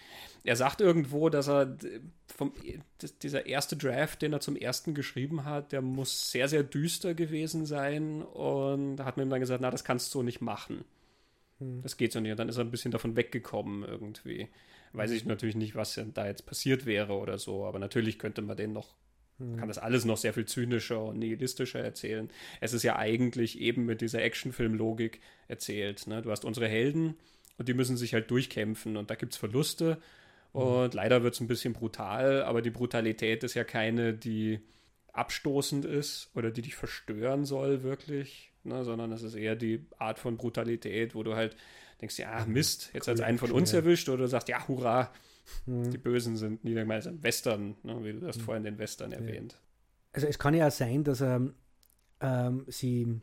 S1: Er sagt irgendwo, dass er vom, das, dieser erste Draft, den er zum ersten geschrieben hat, der muss sehr, sehr düster gewesen sein und da hat man ihm dann gesagt, na, das kannst du so nicht machen.
S2: Mhm.
S1: Das geht so nicht. Und dann ist er ein bisschen davon weggekommen irgendwie. Weiß ich natürlich nicht, was da jetzt passiert wäre oder so, aber natürlich könnte man den noch,
S2: Mhm.
S1: kann das alles noch sehr viel zynischer und nihilistischer erzählen. Es ist ja eigentlich eben mit dieser Actionfilm-Logik erzählt. Ne? Du hast unsere Helden und die müssen sich halt durchkämpfen und da gibt es Verluste und leider wird es ein bisschen brutal, aber die Brutalität ist ja keine, die abstoßend ist oder die dich verstören soll wirklich, ne? Sondern es ist eher die Art von Brutalität, wo du halt denkst, ja, Mist, jetzt hat es einen von uns
S2: Ja.
S1: erwischt oder du sagst, ja, hurra,
S2: Mhm.
S1: die Bösen sind niedergemeint im Western, ne? Wie du hast vorhin den Western erwähnt.
S2: Also es kann ja auch sein, dass er ähm, sie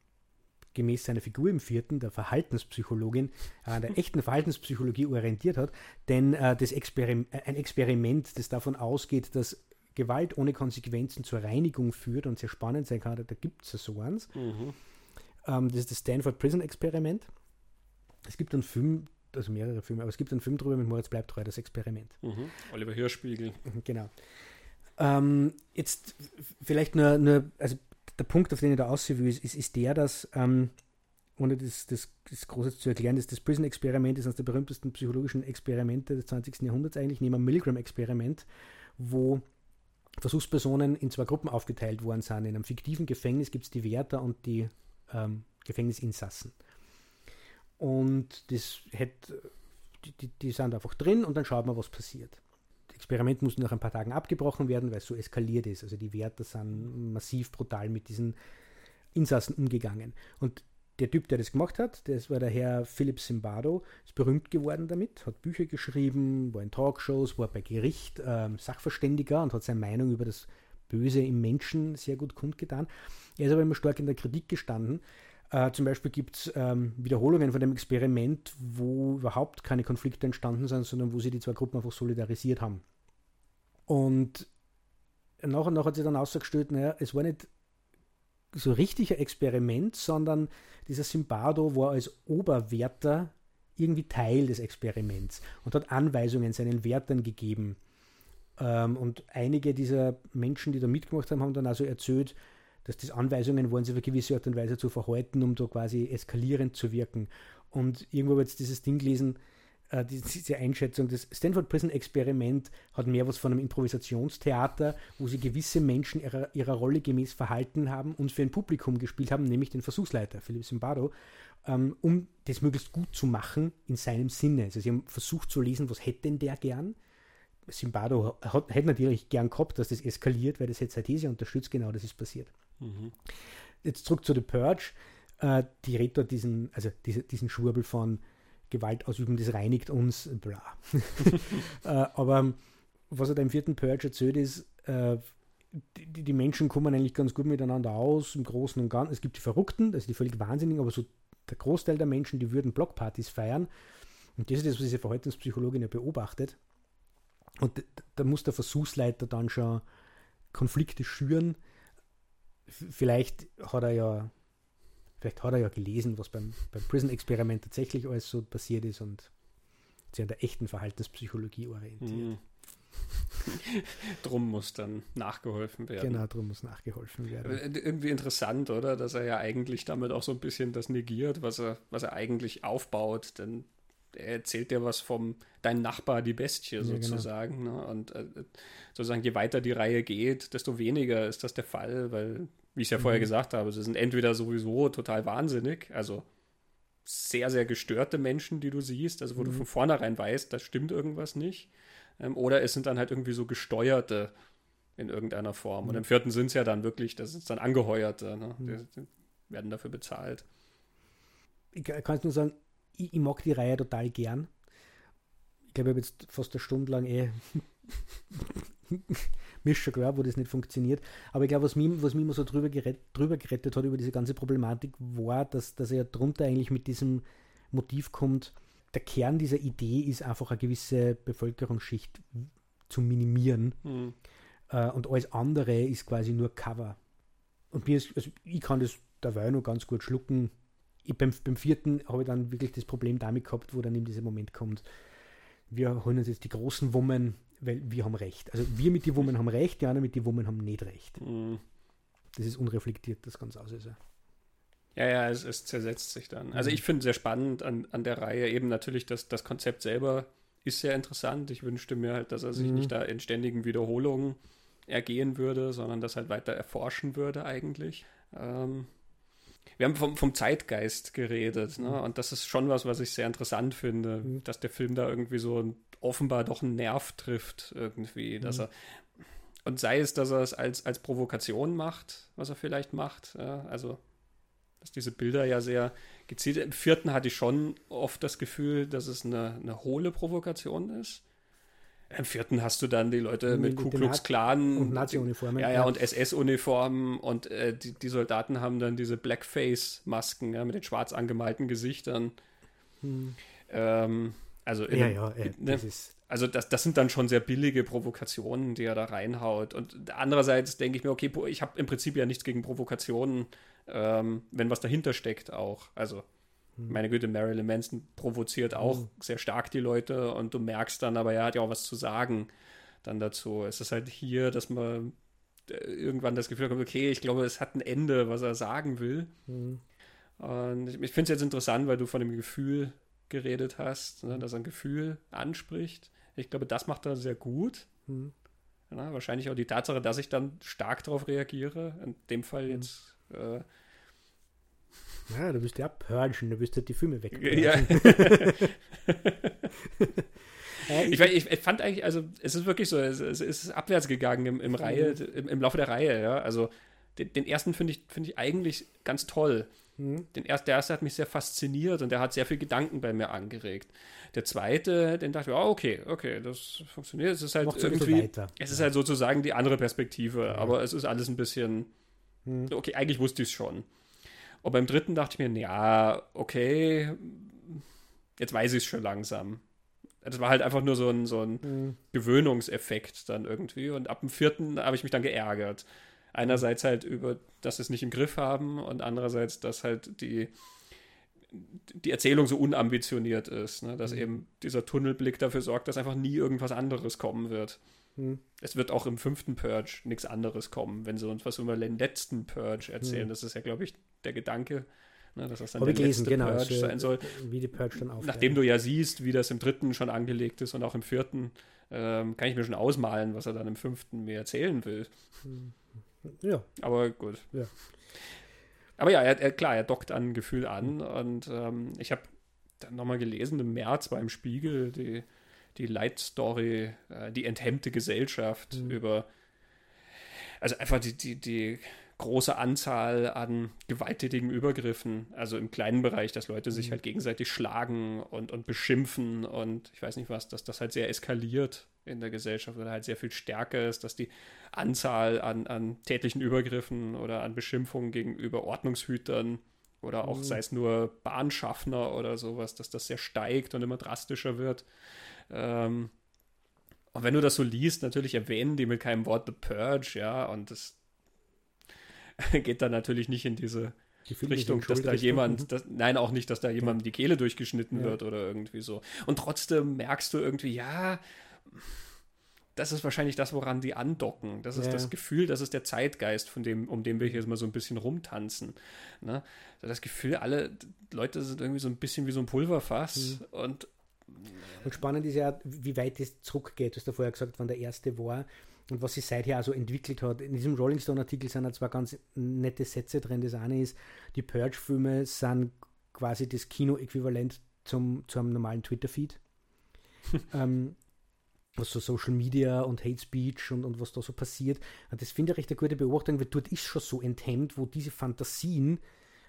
S2: gemäß seiner Figur im vierten, der Verhaltenspsychologin, an der echten Verhaltenspsychologie orientiert hat, denn äh, das Experim äh, ein Experiment, das davon ausgeht, dass Gewalt ohne Konsequenzen zur Reinigung führt und sehr spannend sein kann, da gibt es ja so eins.
S1: Mhm.
S2: Ähm, das ist das Stanford Prison Experiment. Es gibt einen Film, also mehrere Filme, aber es gibt einen Film drüber mit Moritz Bleibtreu, das Experiment.
S1: Mhm. Oliver Hirschspiegel.
S2: Mhm, Genau. Ähm, jetzt vielleicht nur, nur, also der Punkt, auf den ich da aussehen will, ist, ist der, dass, ähm, ohne das, das, das Große zu erklären, dass das Prison-Experiment ist eines der berühmtesten psychologischen Experimente des zwanzigsten Jahrhunderts eigentlich, neben dem Milgram-Experiment, wo Versuchspersonen in zwei Gruppen aufgeteilt worden sind. In einem fiktiven Gefängnis gibt es die Wärter und die ähm, Gefängnisinsassen. Und das hätte, die, die, die sind einfach drin und dann schaut man, was passiert. Das Experiment muss nach ein paar Tagen abgebrochen werden, weil es so eskaliert ist. Also die Wärter sind massiv brutal mit diesen Insassen umgegangen. Und der Typ, der das gemacht hat, das war der Herr Philip Zimbardo, ist berühmt geworden damit, hat Bücher geschrieben, war in Talkshows, war bei Gericht ähm, Sachverständiger und hat seine Meinung über das Böse im Menschen sehr gut kundgetan. Er ist aber immer stark in der Kritik gestanden. Äh, zum Beispiel gibt es ähm, Wiederholungen von dem Experiment, wo überhaupt keine Konflikte entstanden sind, sondern wo sie die zwei Gruppen einfach solidarisiert haben. Und nach und nach hat sich dann ausgestellt, naja, es war nicht so richtig ein Experiment, sondern dieser Zimbardo war als Oberwärter irgendwie Teil des Experiments und hat Anweisungen seinen Wärtern gegeben. Ähm, und einige dieser Menschen, die da mitgemacht haben, haben dann also erzählt, dass das Anweisungen waren, sich auf eine gewisse Art und Weise zu verhalten, um da quasi eskalierend zu wirken. Und irgendwo habe ich jetzt dieses Ding gelesen, äh, diese Einschätzung, das Stanford Prison Experiment hat mehr was von einem Improvisationstheater, wo sie gewisse Menschen ihrer, ihrer Rolle gemäß verhalten haben und für ein Publikum gespielt haben, nämlich den Versuchsleiter, Philipp Zimbardo, ähm, um das möglichst gut zu machen in seinem Sinne. Also sie haben versucht zu lesen, was hätte denn der gern? Zimbardo hat, hätte natürlich gern gehabt, dass das eskaliert, weil das hätte seine These unterstützt, genau das ist passiert. Mhm. Jetzt zurück zu The Purge. Äh, die redet dort diesen, also diese, diesen Schwurbel von Gewalt ausüben, das reinigt uns, bla. äh, aber was er da im vierten Purge erzählt ist, äh, die, die Menschen kommen eigentlich ganz gut miteinander aus, im Großen und Ganzen. Es gibt die Verrückten, also die völlig Wahnsinnigen, aber so der Großteil der Menschen, die würden Blockpartys feiern. Und das ist das, was diese Verhaltenspsychologin ja beobachtet. Und da muss der Versuchsleiter dann schon Konflikte schüren. Vielleicht hat er ja, vielleicht hat er ja gelesen, was beim, beim Prison-Experiment tatsächlich alles so passiert ist und sich an der echten Verhaltenspsychologie orientiert. Mhm.
S1: Drum muss dann nachgeholfen werden.
S2: Genau, drum muss nachgeholfen werden.
S1: Irgendwie interessant, oder? Dass er ja eigentlich damit auch so ein bisschen das negiert, was er, was er eigentlich aufbaut, denn er erzählt dir was vom dein Nachbar, die Bestie, sozusagen. Ja, genau. Ne? Und äh, sozusagen, je weiter die Reihe geht, desto weniger ist das der Fall, weil, wie ich es ja mhm. vorher gesagt habe, sie sind entweder sowieso total wahnsinnig, also sehr, sehr gestörte Menschen, die du siehst, also wo mhm. du von vornherein weißt, da stimmt irgendwas nicht. Ähm, oder es sind dann halt irgendwie so gesteuerte in irgendeiner Form. Mhm. Und im vierten sind es ja dann wirklich, das ist dann Angeheuerte, ne? mhm. die, die werden dafür bezahlt.
S2: Ich kann nur sagen, Ich, ich mag die Reihe total gern. Ich glaube, ich habe jetzt fast eine Stunde lang eh mir ist schon klar, wo das nicht funktioniert. Aber ich glaube, was mich, was mich immer so drüber, gerett, drüber gerettet hat über diese ganze Problematik, war, dass, dass er drunter eigentlich mit diesem Motiv kommt, der Kern dieser Idee ist einfach eine gewisse Bevölkerungsschicht zu minimieren. Mhm. Äh, und alles andere ist quasi nur Cover. Und mir ist, also ich kann das dabei noch ganz gut schlucken. Ich, beim, beim vierten habe ich dann wirklich das Problem damit gehabt, wo dann eben dieser Moment kommt, wir holen uns jetzt die großen Wummen, weil wir haben recht. Also wir mit den Wummen haben recht, die anderen mit den Wummen haben nicht recht. Mhm. Das ist unreflektiert, das Ganze aus. Also.
S1: Ja, ja, es, es zersetzt sich dann. Also ich finde sehr spannend an, an der Reihe eben natürlich, dass das Konzept selber ist sehr interessant. Ich wünschte mir halt, dass er sich mhm. nicht da in ständigen Wiederholungen ergehen würde, sondern das halt weiter erforschen würde eigentlich. Ähm, wir haben vom, vom Zeitgeist geredet, ne? Und das ist schon was, was ich sehr interessant finde, mhm. dass der Film da irgendwie so ein, offenbar doch einen Nerv trifft irgendwie, dass mhm. er und sei es, dass er es als, als Provokation macht, was er vielleicht macht, ja? Also dass diese Bilder ja sehr gezielt, im vierten hatte ich schon oft das Gefühl, dass es eine, eine hohle Provokation ist. Im vierten hast du dann die Leute mit, mit Ku Klux Klan
S2: und Nazi-Uniformen.
S1: Ja, ja, und S S-Uniformen und äh, die, die Soldaten haben dann diese Blackface-Masken, ja, mit den schwarz angemalten Gesichtern. Hm. Ähm, also in
S2: ja,
S1: einem,
S2: ja, äh,
S1: ne,
S2: das ist
S1: also das, das sind dann schon sehr billige Provokationen, die er da reinhaut. Und andererseits denke ich mir, okay, ich habe im Prinzip ja nichts gegen Provokationen, ähm, wenn was dahinter steckt auch. Also meine Güte, Marilyn Manson provoziert auch mhm. sehr stark die Leute und du merkst dann, aber er hat ja auch was zu sagen dann dazu. Es ist halt hier, dass man irgendwann das Gefühl hat, okay, ich glaube, es hat ein Ende, was er sagen will. Mhm. Und ich, ich finde es jetzt interessant, weil du von dem Gefühl geredet hast, ne, dass er ein Gefühl anspricht. Ich glaube, das macht er sehr gut. Mhm. Ja, wahrscheinlich auch die Tatsache, dass ich dann stark darauf reagiere. In dem Fall jetzt äh,
S2: ja, du bist ja purgen, du bist halt die Filme weg.
S1: Ja. ich, ich, ich fand eigentlich, also es ist wirklich so, es, es ist abwärts gegangen im, im, Reihe, im, im Laufe der Reihe. Ja? Also den, den ersten finde ich, find ich eigentlich ganz toll. Mhm. Den erst, der erste hat mich sehr fasziniert und der hat sehr viel Gedanken bei mir angeregt. Der zweite, den dachte ich, oh, okay, okay, das funktioniert. Es ist halt
S2: Macht's
S1: irgendwie, es ist ja. halt sozusagen die andere Perspektive, ja. aber es ist alles ein bisschen, mhm. okay, eigentlich wusste ich es schon. Und beim dritten dachte ich mir, ja, okay, jetzt weiß ich es schon langsam. Das war halt einfach nur so ein, so ein mhm. Gewöhnungseffekt dann irgendwie. Und ab dem vierten habe ich mich dann geärgert. Einerseits halt über, dass sie es nicht im Griff haben und andererseits, dass halt die, die Erzählung so unambitioniert ist, ne? Dass mhm. eben dieser Tunnelblick dafür sorgt, dass einfach nie irgendwas anderes kommen wird. Mhm. Es wird auch im fünften Purge nichts anderes kommen, wenn sie uns was über den letzten Purge erzählen. Mhm. Das ist ja, glaube ich, der Gedanke, ne, dass das dann
S2: Hab
S1: der
S2: letzte
S1: gelesen,
S2: genau,
S1: Purge
S2: so,
S1: sein soll.
S2: Wie die Purge dann aufhört.
S1: Nachdem du ja siehst, wie das im dritten schon angelegt ist und auch im vierten, ähm, kann ich mir schon ausmalen, was er dann im fünften mir erzählen will.
S2: Ja.
S1: Aber gut.
S2: Ja.
S1: Aber ja, er, er, klar, er dockt an ein Gefühl an und ähm, ich habe dann nochmal gelesen, im März beim Spiegel die, die Light-Story, äh, die enthemmte Gesellschaft mhm. über, also einfach die, die, die große Anzahl an gewalttätigen Übergriffen, also im kleinen Bereich, dass Leute sich halt gegenseitig schlagen und, und beschimpfen und ich weiß nicht was, dass das halt sehr eskaliert in der Gesellschaft oder halt sehr viel stärker ist, dass die Anzahl an, an tätlichen Übergriffen oder an Beschimpfungen gegenüber Ordnungshütern oder auch mhm. sei es nur Bahnschaffner oder sowas, dass das sehr steigt und immer drastischer wird. Ähm, und wenn du das so liest, natürlich erwähnen die mit keinem Wort The Purge, ja, und das geht dann natürlich nicht in diese Richtung, dass da jemand, das, nein, auch nicht, dass da jemandem die Kehle durchgeschnitten ja. wird oder irgendwie so. Und trotzdem merkst du irgendwie, ja, das ist wahrscheinlich das, woran die andocken. Das ist ja. das Gefühl, das ist der Zeitgeist, von dem, um den wir hier mal so ein bisschen rumtanzen. Ne? Das Gefühl, alle Leute sind irgendwie so ein bisschen wie so ein Pulverfass mhm. und
S2: Und spannend ist ja, wie weit das zurückgeht. Du hast ja vorher gesagt, wann der erste war. Und was sich seither also entwickelt hat. In diesem Rolling Stone-Artikel sind da zwar ganz nette Sätze drin. Das eine ist, die Purge-Filme sind quasi das Kino-Äquivalent zum, zu einem normalen Twitter-Feed. ähm, was so Social Media und Hate Speech und, und was da so passiert. Und das finde ich recht eine gute Beobachtung, weil dort ist schon so enthemmt, wo diese Fantasien,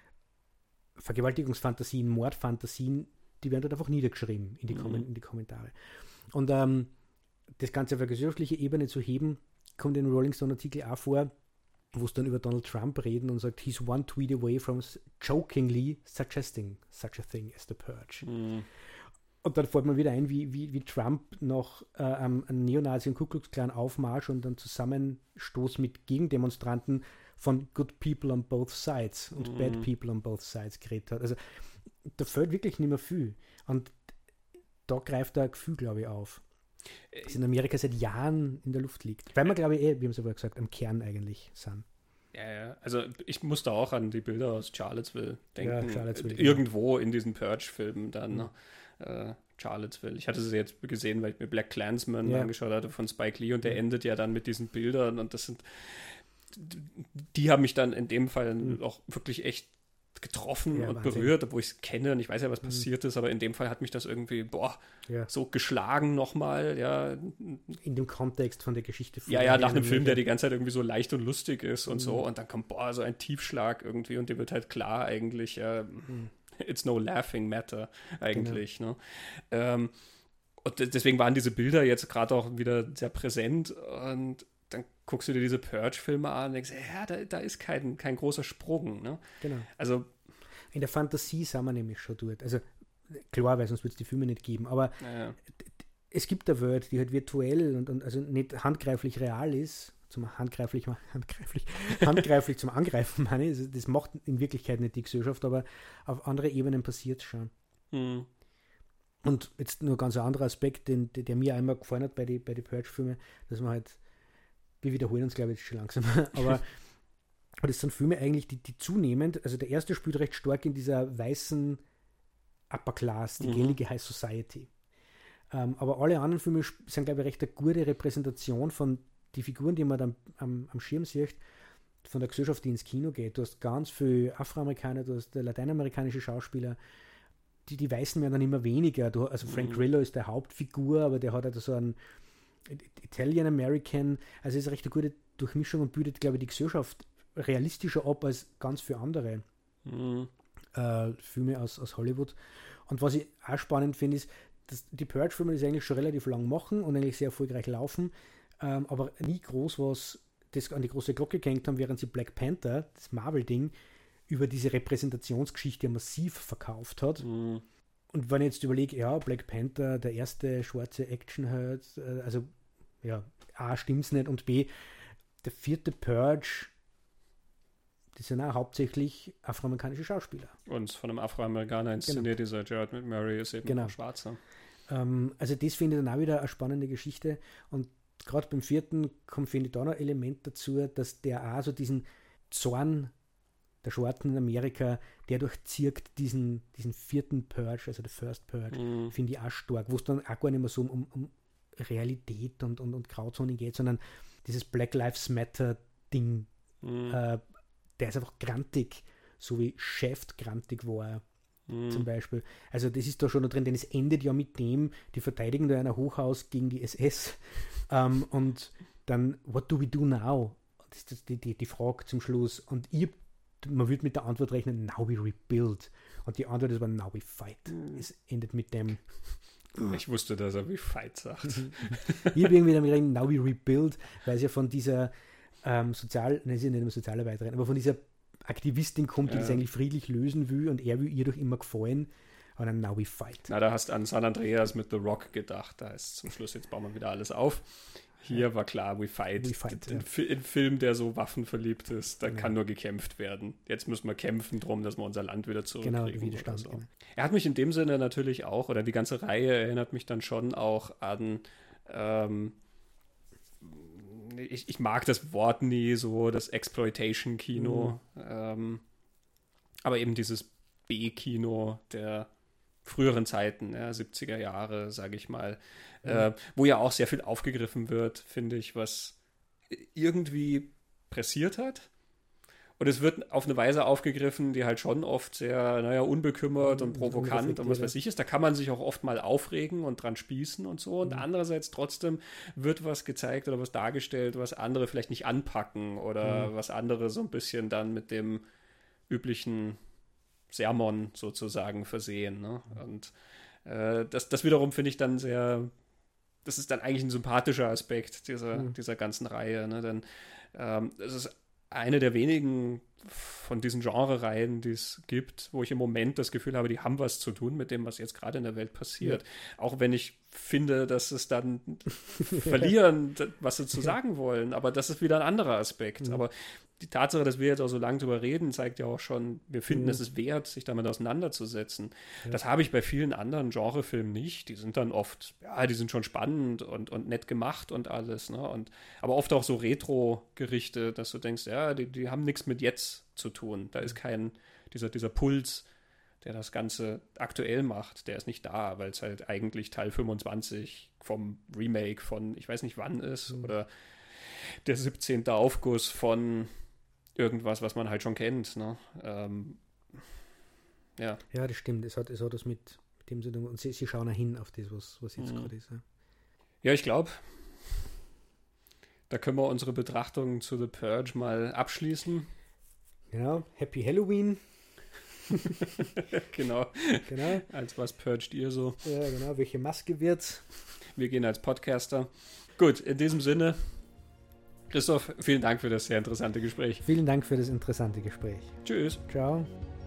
S2: Vergewaltigungsfantasien, Mordfantasien, die werden dort einfach niedergeschrieben in die, mhm. Kom- in die Kommentare. Und ähm, das Ganze auf eine gesellschaftliche Ebene zu heben, kommt in dem Rolling Stone-Artikel auch vor, wo es dann über Donald Trump reden und sagt, he's one tweet away from jokingly suggesting such a thing as the Purge. Mhm. Und dann fällt man wieder ein, wie, wie, wie Trump noch äh, einen Neonazi- und Ku Klux Klan Aufmarsch und dann Zusammenstoß mit Gegendemonstranten von good people on both sides und mhm. bad people on both sides geredet hat. Also da fällt wirklich nicht mehr viel. Und da greift ein Gefühl, glaube ich, auf. Das in Amerika seit Jahren in der Luft liegt. Weil wir, glaube ich, eh, wie haben Sie vorher gesagt, am Kern eigentlich sind.
S1: Ja, ja, also ich musste auch an die Bilder aus Charlottesville denken.
S2: Ja, Charlottesville,
S1: Irgendwo ja. in diesen Purge-Filmen dann, mhm. äh, Charlottesville. Ich hatte sie jetzt gesehen, weil ich mir Black Klansman ja. angeschaut hatte von Spike Lee und der mhm. endet ja dann mit diesen Bildern und das sind, die haben mich dann in dem Fall mhm. auch wirklich echt getroffen ja, und Wahnsinn. berührt, obwohl ich es kenne und ich weiß ja, was mhm. passiert ist, aber in dem Fall hat mich das irgendwie, boah, ja. so geschlagen nochmal, ja.
S2: In dem Kontext von der Geschichte. Von
S1: ja, ja, nach einem Film, der die ganze Zeit irgendwie so leicht und lustig ist und mhm. so und dann kommt, boah, so ein Tiefschlag irgendwie und dir wird halt klar eigentlich, ja, mhm. it's no laughing matter eigentlich, genau. ne. Ähm, und deswegen waren diese Bilder jetzt gerade auch wieder sehr präsent und dann guckst du dir diese Purge-Filme an und denkst, ja, da, da ist kein, kein großer Sprung. Ne?
S2: Genau.
S1: Also,
S2: in der Fantasie sind wir nämlich schon dort. Also klar, weil sonst würde es die Filme nicht geben, aber
S1: ja.
S2: es gibt eine Welt, die halt virtuell und, und also nicht handgreiflich real ist, zum handgreiflich, handgreiflich, handgreiflich zum Angreifen, meine ich. Also, das macht in Wirklichkeit nicht die Gesellschaft, aber auf andere Ebenen passiert es schon.
S1: Mhm.
S2: Und jetzt nur ganz ein anderer Aspekt, den, der, der mir einmal gefallen hat bei den bei die Purge-Filmen, dass man halt wir wiederholen uns, glaube ich, schon langsam. Aber das sind Filme eigentlich, die, die zunehmend, also der erste spielt recht stark in dieser weißen Upper Class, die mhm. gängige High Society. Ähm, aber alle anderen Filme sind, glaube ich, recht eine gute Repräsentation von den Figuren, die man dann am, am Schirm sieht, von der Gesellschaft, die ins Kino geht. Du hast ganz viele Afroamerikaner, du hast lateinamerikanische Schauspieler, die, die Weißen werden dann immer weniger. Du, also Frank mhm. Grillo ist der Hauptfigur, aber der hat halt so einen Italian American, also ist eine recht eine gute Durchmischung und bildet, glaube ich, die Gesellschaft realistischer ab als ganz viele andere mhm. äh, Filme aus, aus Hollywood. Und was ich auch spannend finde, ist, dass die Purge-Filme das eigentlich schon relativ lang machen und eigentlich sehr erfolgreich laufen, ähm, aber nie groß was das an die große Glocke gehängt haben, während sie Black Panther, das Marvel-Ding, über diese Repräsentationsgeschichte massiv verkauft hat.
S1: Mhm.
S2: Und wenn ich jetzt überlege, ja, Black Panther, der erste schwarze Actionheld, äh, also ja, A, stimmt's nicht und B, der vierte Purge das sind auch hauptsächlich afroamerikanische Schauspieler.
S1: Und von einem Afroamerikaner inszeniert, genau. Dieser Gerard McMurray ist eben
S2: genau.
S1: ein Schwarzer.
S2: Ähm, also das finde ich dann auch wieder eine spannende Geschichte. Und gerade beim vierten kommt, finde ich, da noch ein Element dazu, dass der auch so diesen Zorn der Schwarzen in Amerika, der durchzieht diesen, diesen vierten Purge, also der First Purge, mm. finde ich auch stark, wo es dann auch gar nicht mehr so um, um Realität und, und, und Grauzone geht, sondern dieses Black Lives Matter Ding, mm. äh, der ist einfach grantig, so wie Shaft grantig war, mm. zum Beispiel. Also das ist da schon noch drin, denn es endet ja mit dem, die verteidigen da ein Hochhaus gegen die S S ähm, und dann, what do we do now? Das ist die, die, die Frage zum Schluss. Und ich, man würde mit der Antwort rechnen, now we rebuild. Und die Antwort ist aber now we fight. Mm. Es endet mit dem.
S1: Ich wusste, dass er wie fight sagt.
S2: Ich habe irgendwie damit gerechnet, now we rebuild, weil es ja von dieser ähm, Sozial, nein, sie ist nicht mehr Sozialarbeiterin, aber von dieser Aktivistin kommt, die ja. das eigentlich friedlich lösen will und er will ihr doch immer gefallen. Und dann now we fight.
S1: Na, da hast du an San Andreas mit The Rock gedacht. Da ist zum Schluss, jetzt bauen wir wieder alles auf. Hier war klar, we fight.
S2: We fight
S1: ein,
S2: ja.
S1: ein Film, der so waffenverliebt ist, da ja. kann nur gekämpft werden. Jetzt müssen wir kämpfen drum, dass wir unser Land wieder zurückkriegen.
S2: Genau, Widerstand. So. Genau.
S1: Er hat mich in dem Sinne natürlich auch, oder die ganze Reihe erinnert mich dann schon auch an, ähm, ich, ich mag das Wort nie, so das Exploitation-Kino, mhm. ähm, aber eben dieses B-Kino der früheren Zeiten, ja, siebziger Jahre, sage ich mal, mhm. äh, wo ja auch sehr viel aufgegriffen wird, finde ich, was irgendwie pressiert hat. Und es wird auf eine Weise aufgegriffen, die halt schon oft sehr, naja, unbekümmert und provokant und was weiß ich ist. Da kann man sich auch oft mal aufregen und dran spießen und so. Und mhm. andererseits trotzdem wird was gezeigt oder was dargestellt, was andere vielleicht nicht anpacken oder mhm. was andere so ein bisschen dann mit dem üblichen Sermon sozusagen versehen. Ne? Und äh, das, das wiederum finde ich dann sehr, das ist dann eigentlich ein sympathischer Aspekt dieser, mhm. dieser ganzen Reihe. Ne? Denn ähm, es ist eine der wenigen von diesen Genre-Reihen, die es gibt, wo ich im Moment das Gefühl habe, die haben was zu tun mit dem, was jetzt gerade in der Welt passiert. Ja. Auch wenn ich finde, dass es dann verlieren, was sie zu sagen wollen. Aber das ist wieder ein anderer Aspekt. Mhm. Aber die Tatsache, dass wir jetzt auch so lange drüber reden, zeigt ja auch schon, wir finden, mhm. es ist wert, sich damit auseinanderzusetzen. Ja. Das habe ich bei vielen anderen Genrefilmen nicht. Die sind dann oft, ja, die sind schon spannend und, und nett gemacht und alles. Ne? Und, aber oft auch so Retro-Gerichte, dass du denkst, ja, die, die haben nichts mit jetzt zu tun. Da ist kein, dieser, dieser Puls, der das Ganze aktuell macht, der ist nicht da, weil es halt eigentlich Teil fünfundzwanzig vom Remake von, ich weiß nicht wann ist, mhm. oder der siebzehnte Aufguss von irgendwas, was man halt schon kennt. Ne? Ähm, ja.
S2: ja, das stimmt. Es hat, es hat das mit, mit dem zu tun. Und sie, sie schauen auch hin auf das, was, was jetzt mhm. gerade ist. Ja,
S1: ja ich glaube, da können wir unsere Betrachtungen zu The Purge mal abschließen.
S2: Genau. Happy Halloween.
S1: genau.
S2: genau.
S1: Als was purgt ihr so?
S2: Ja, genau. Welche Maske wird's?
S1: Wir gehen als Podcaster. Gut, in diesem Sinne, Christoph, vielen Dank für das sehr interessante Gespräch.
S2: Vielen Dank für das interessante Gespräch.
S1: Tschüss.
S2: Ciao.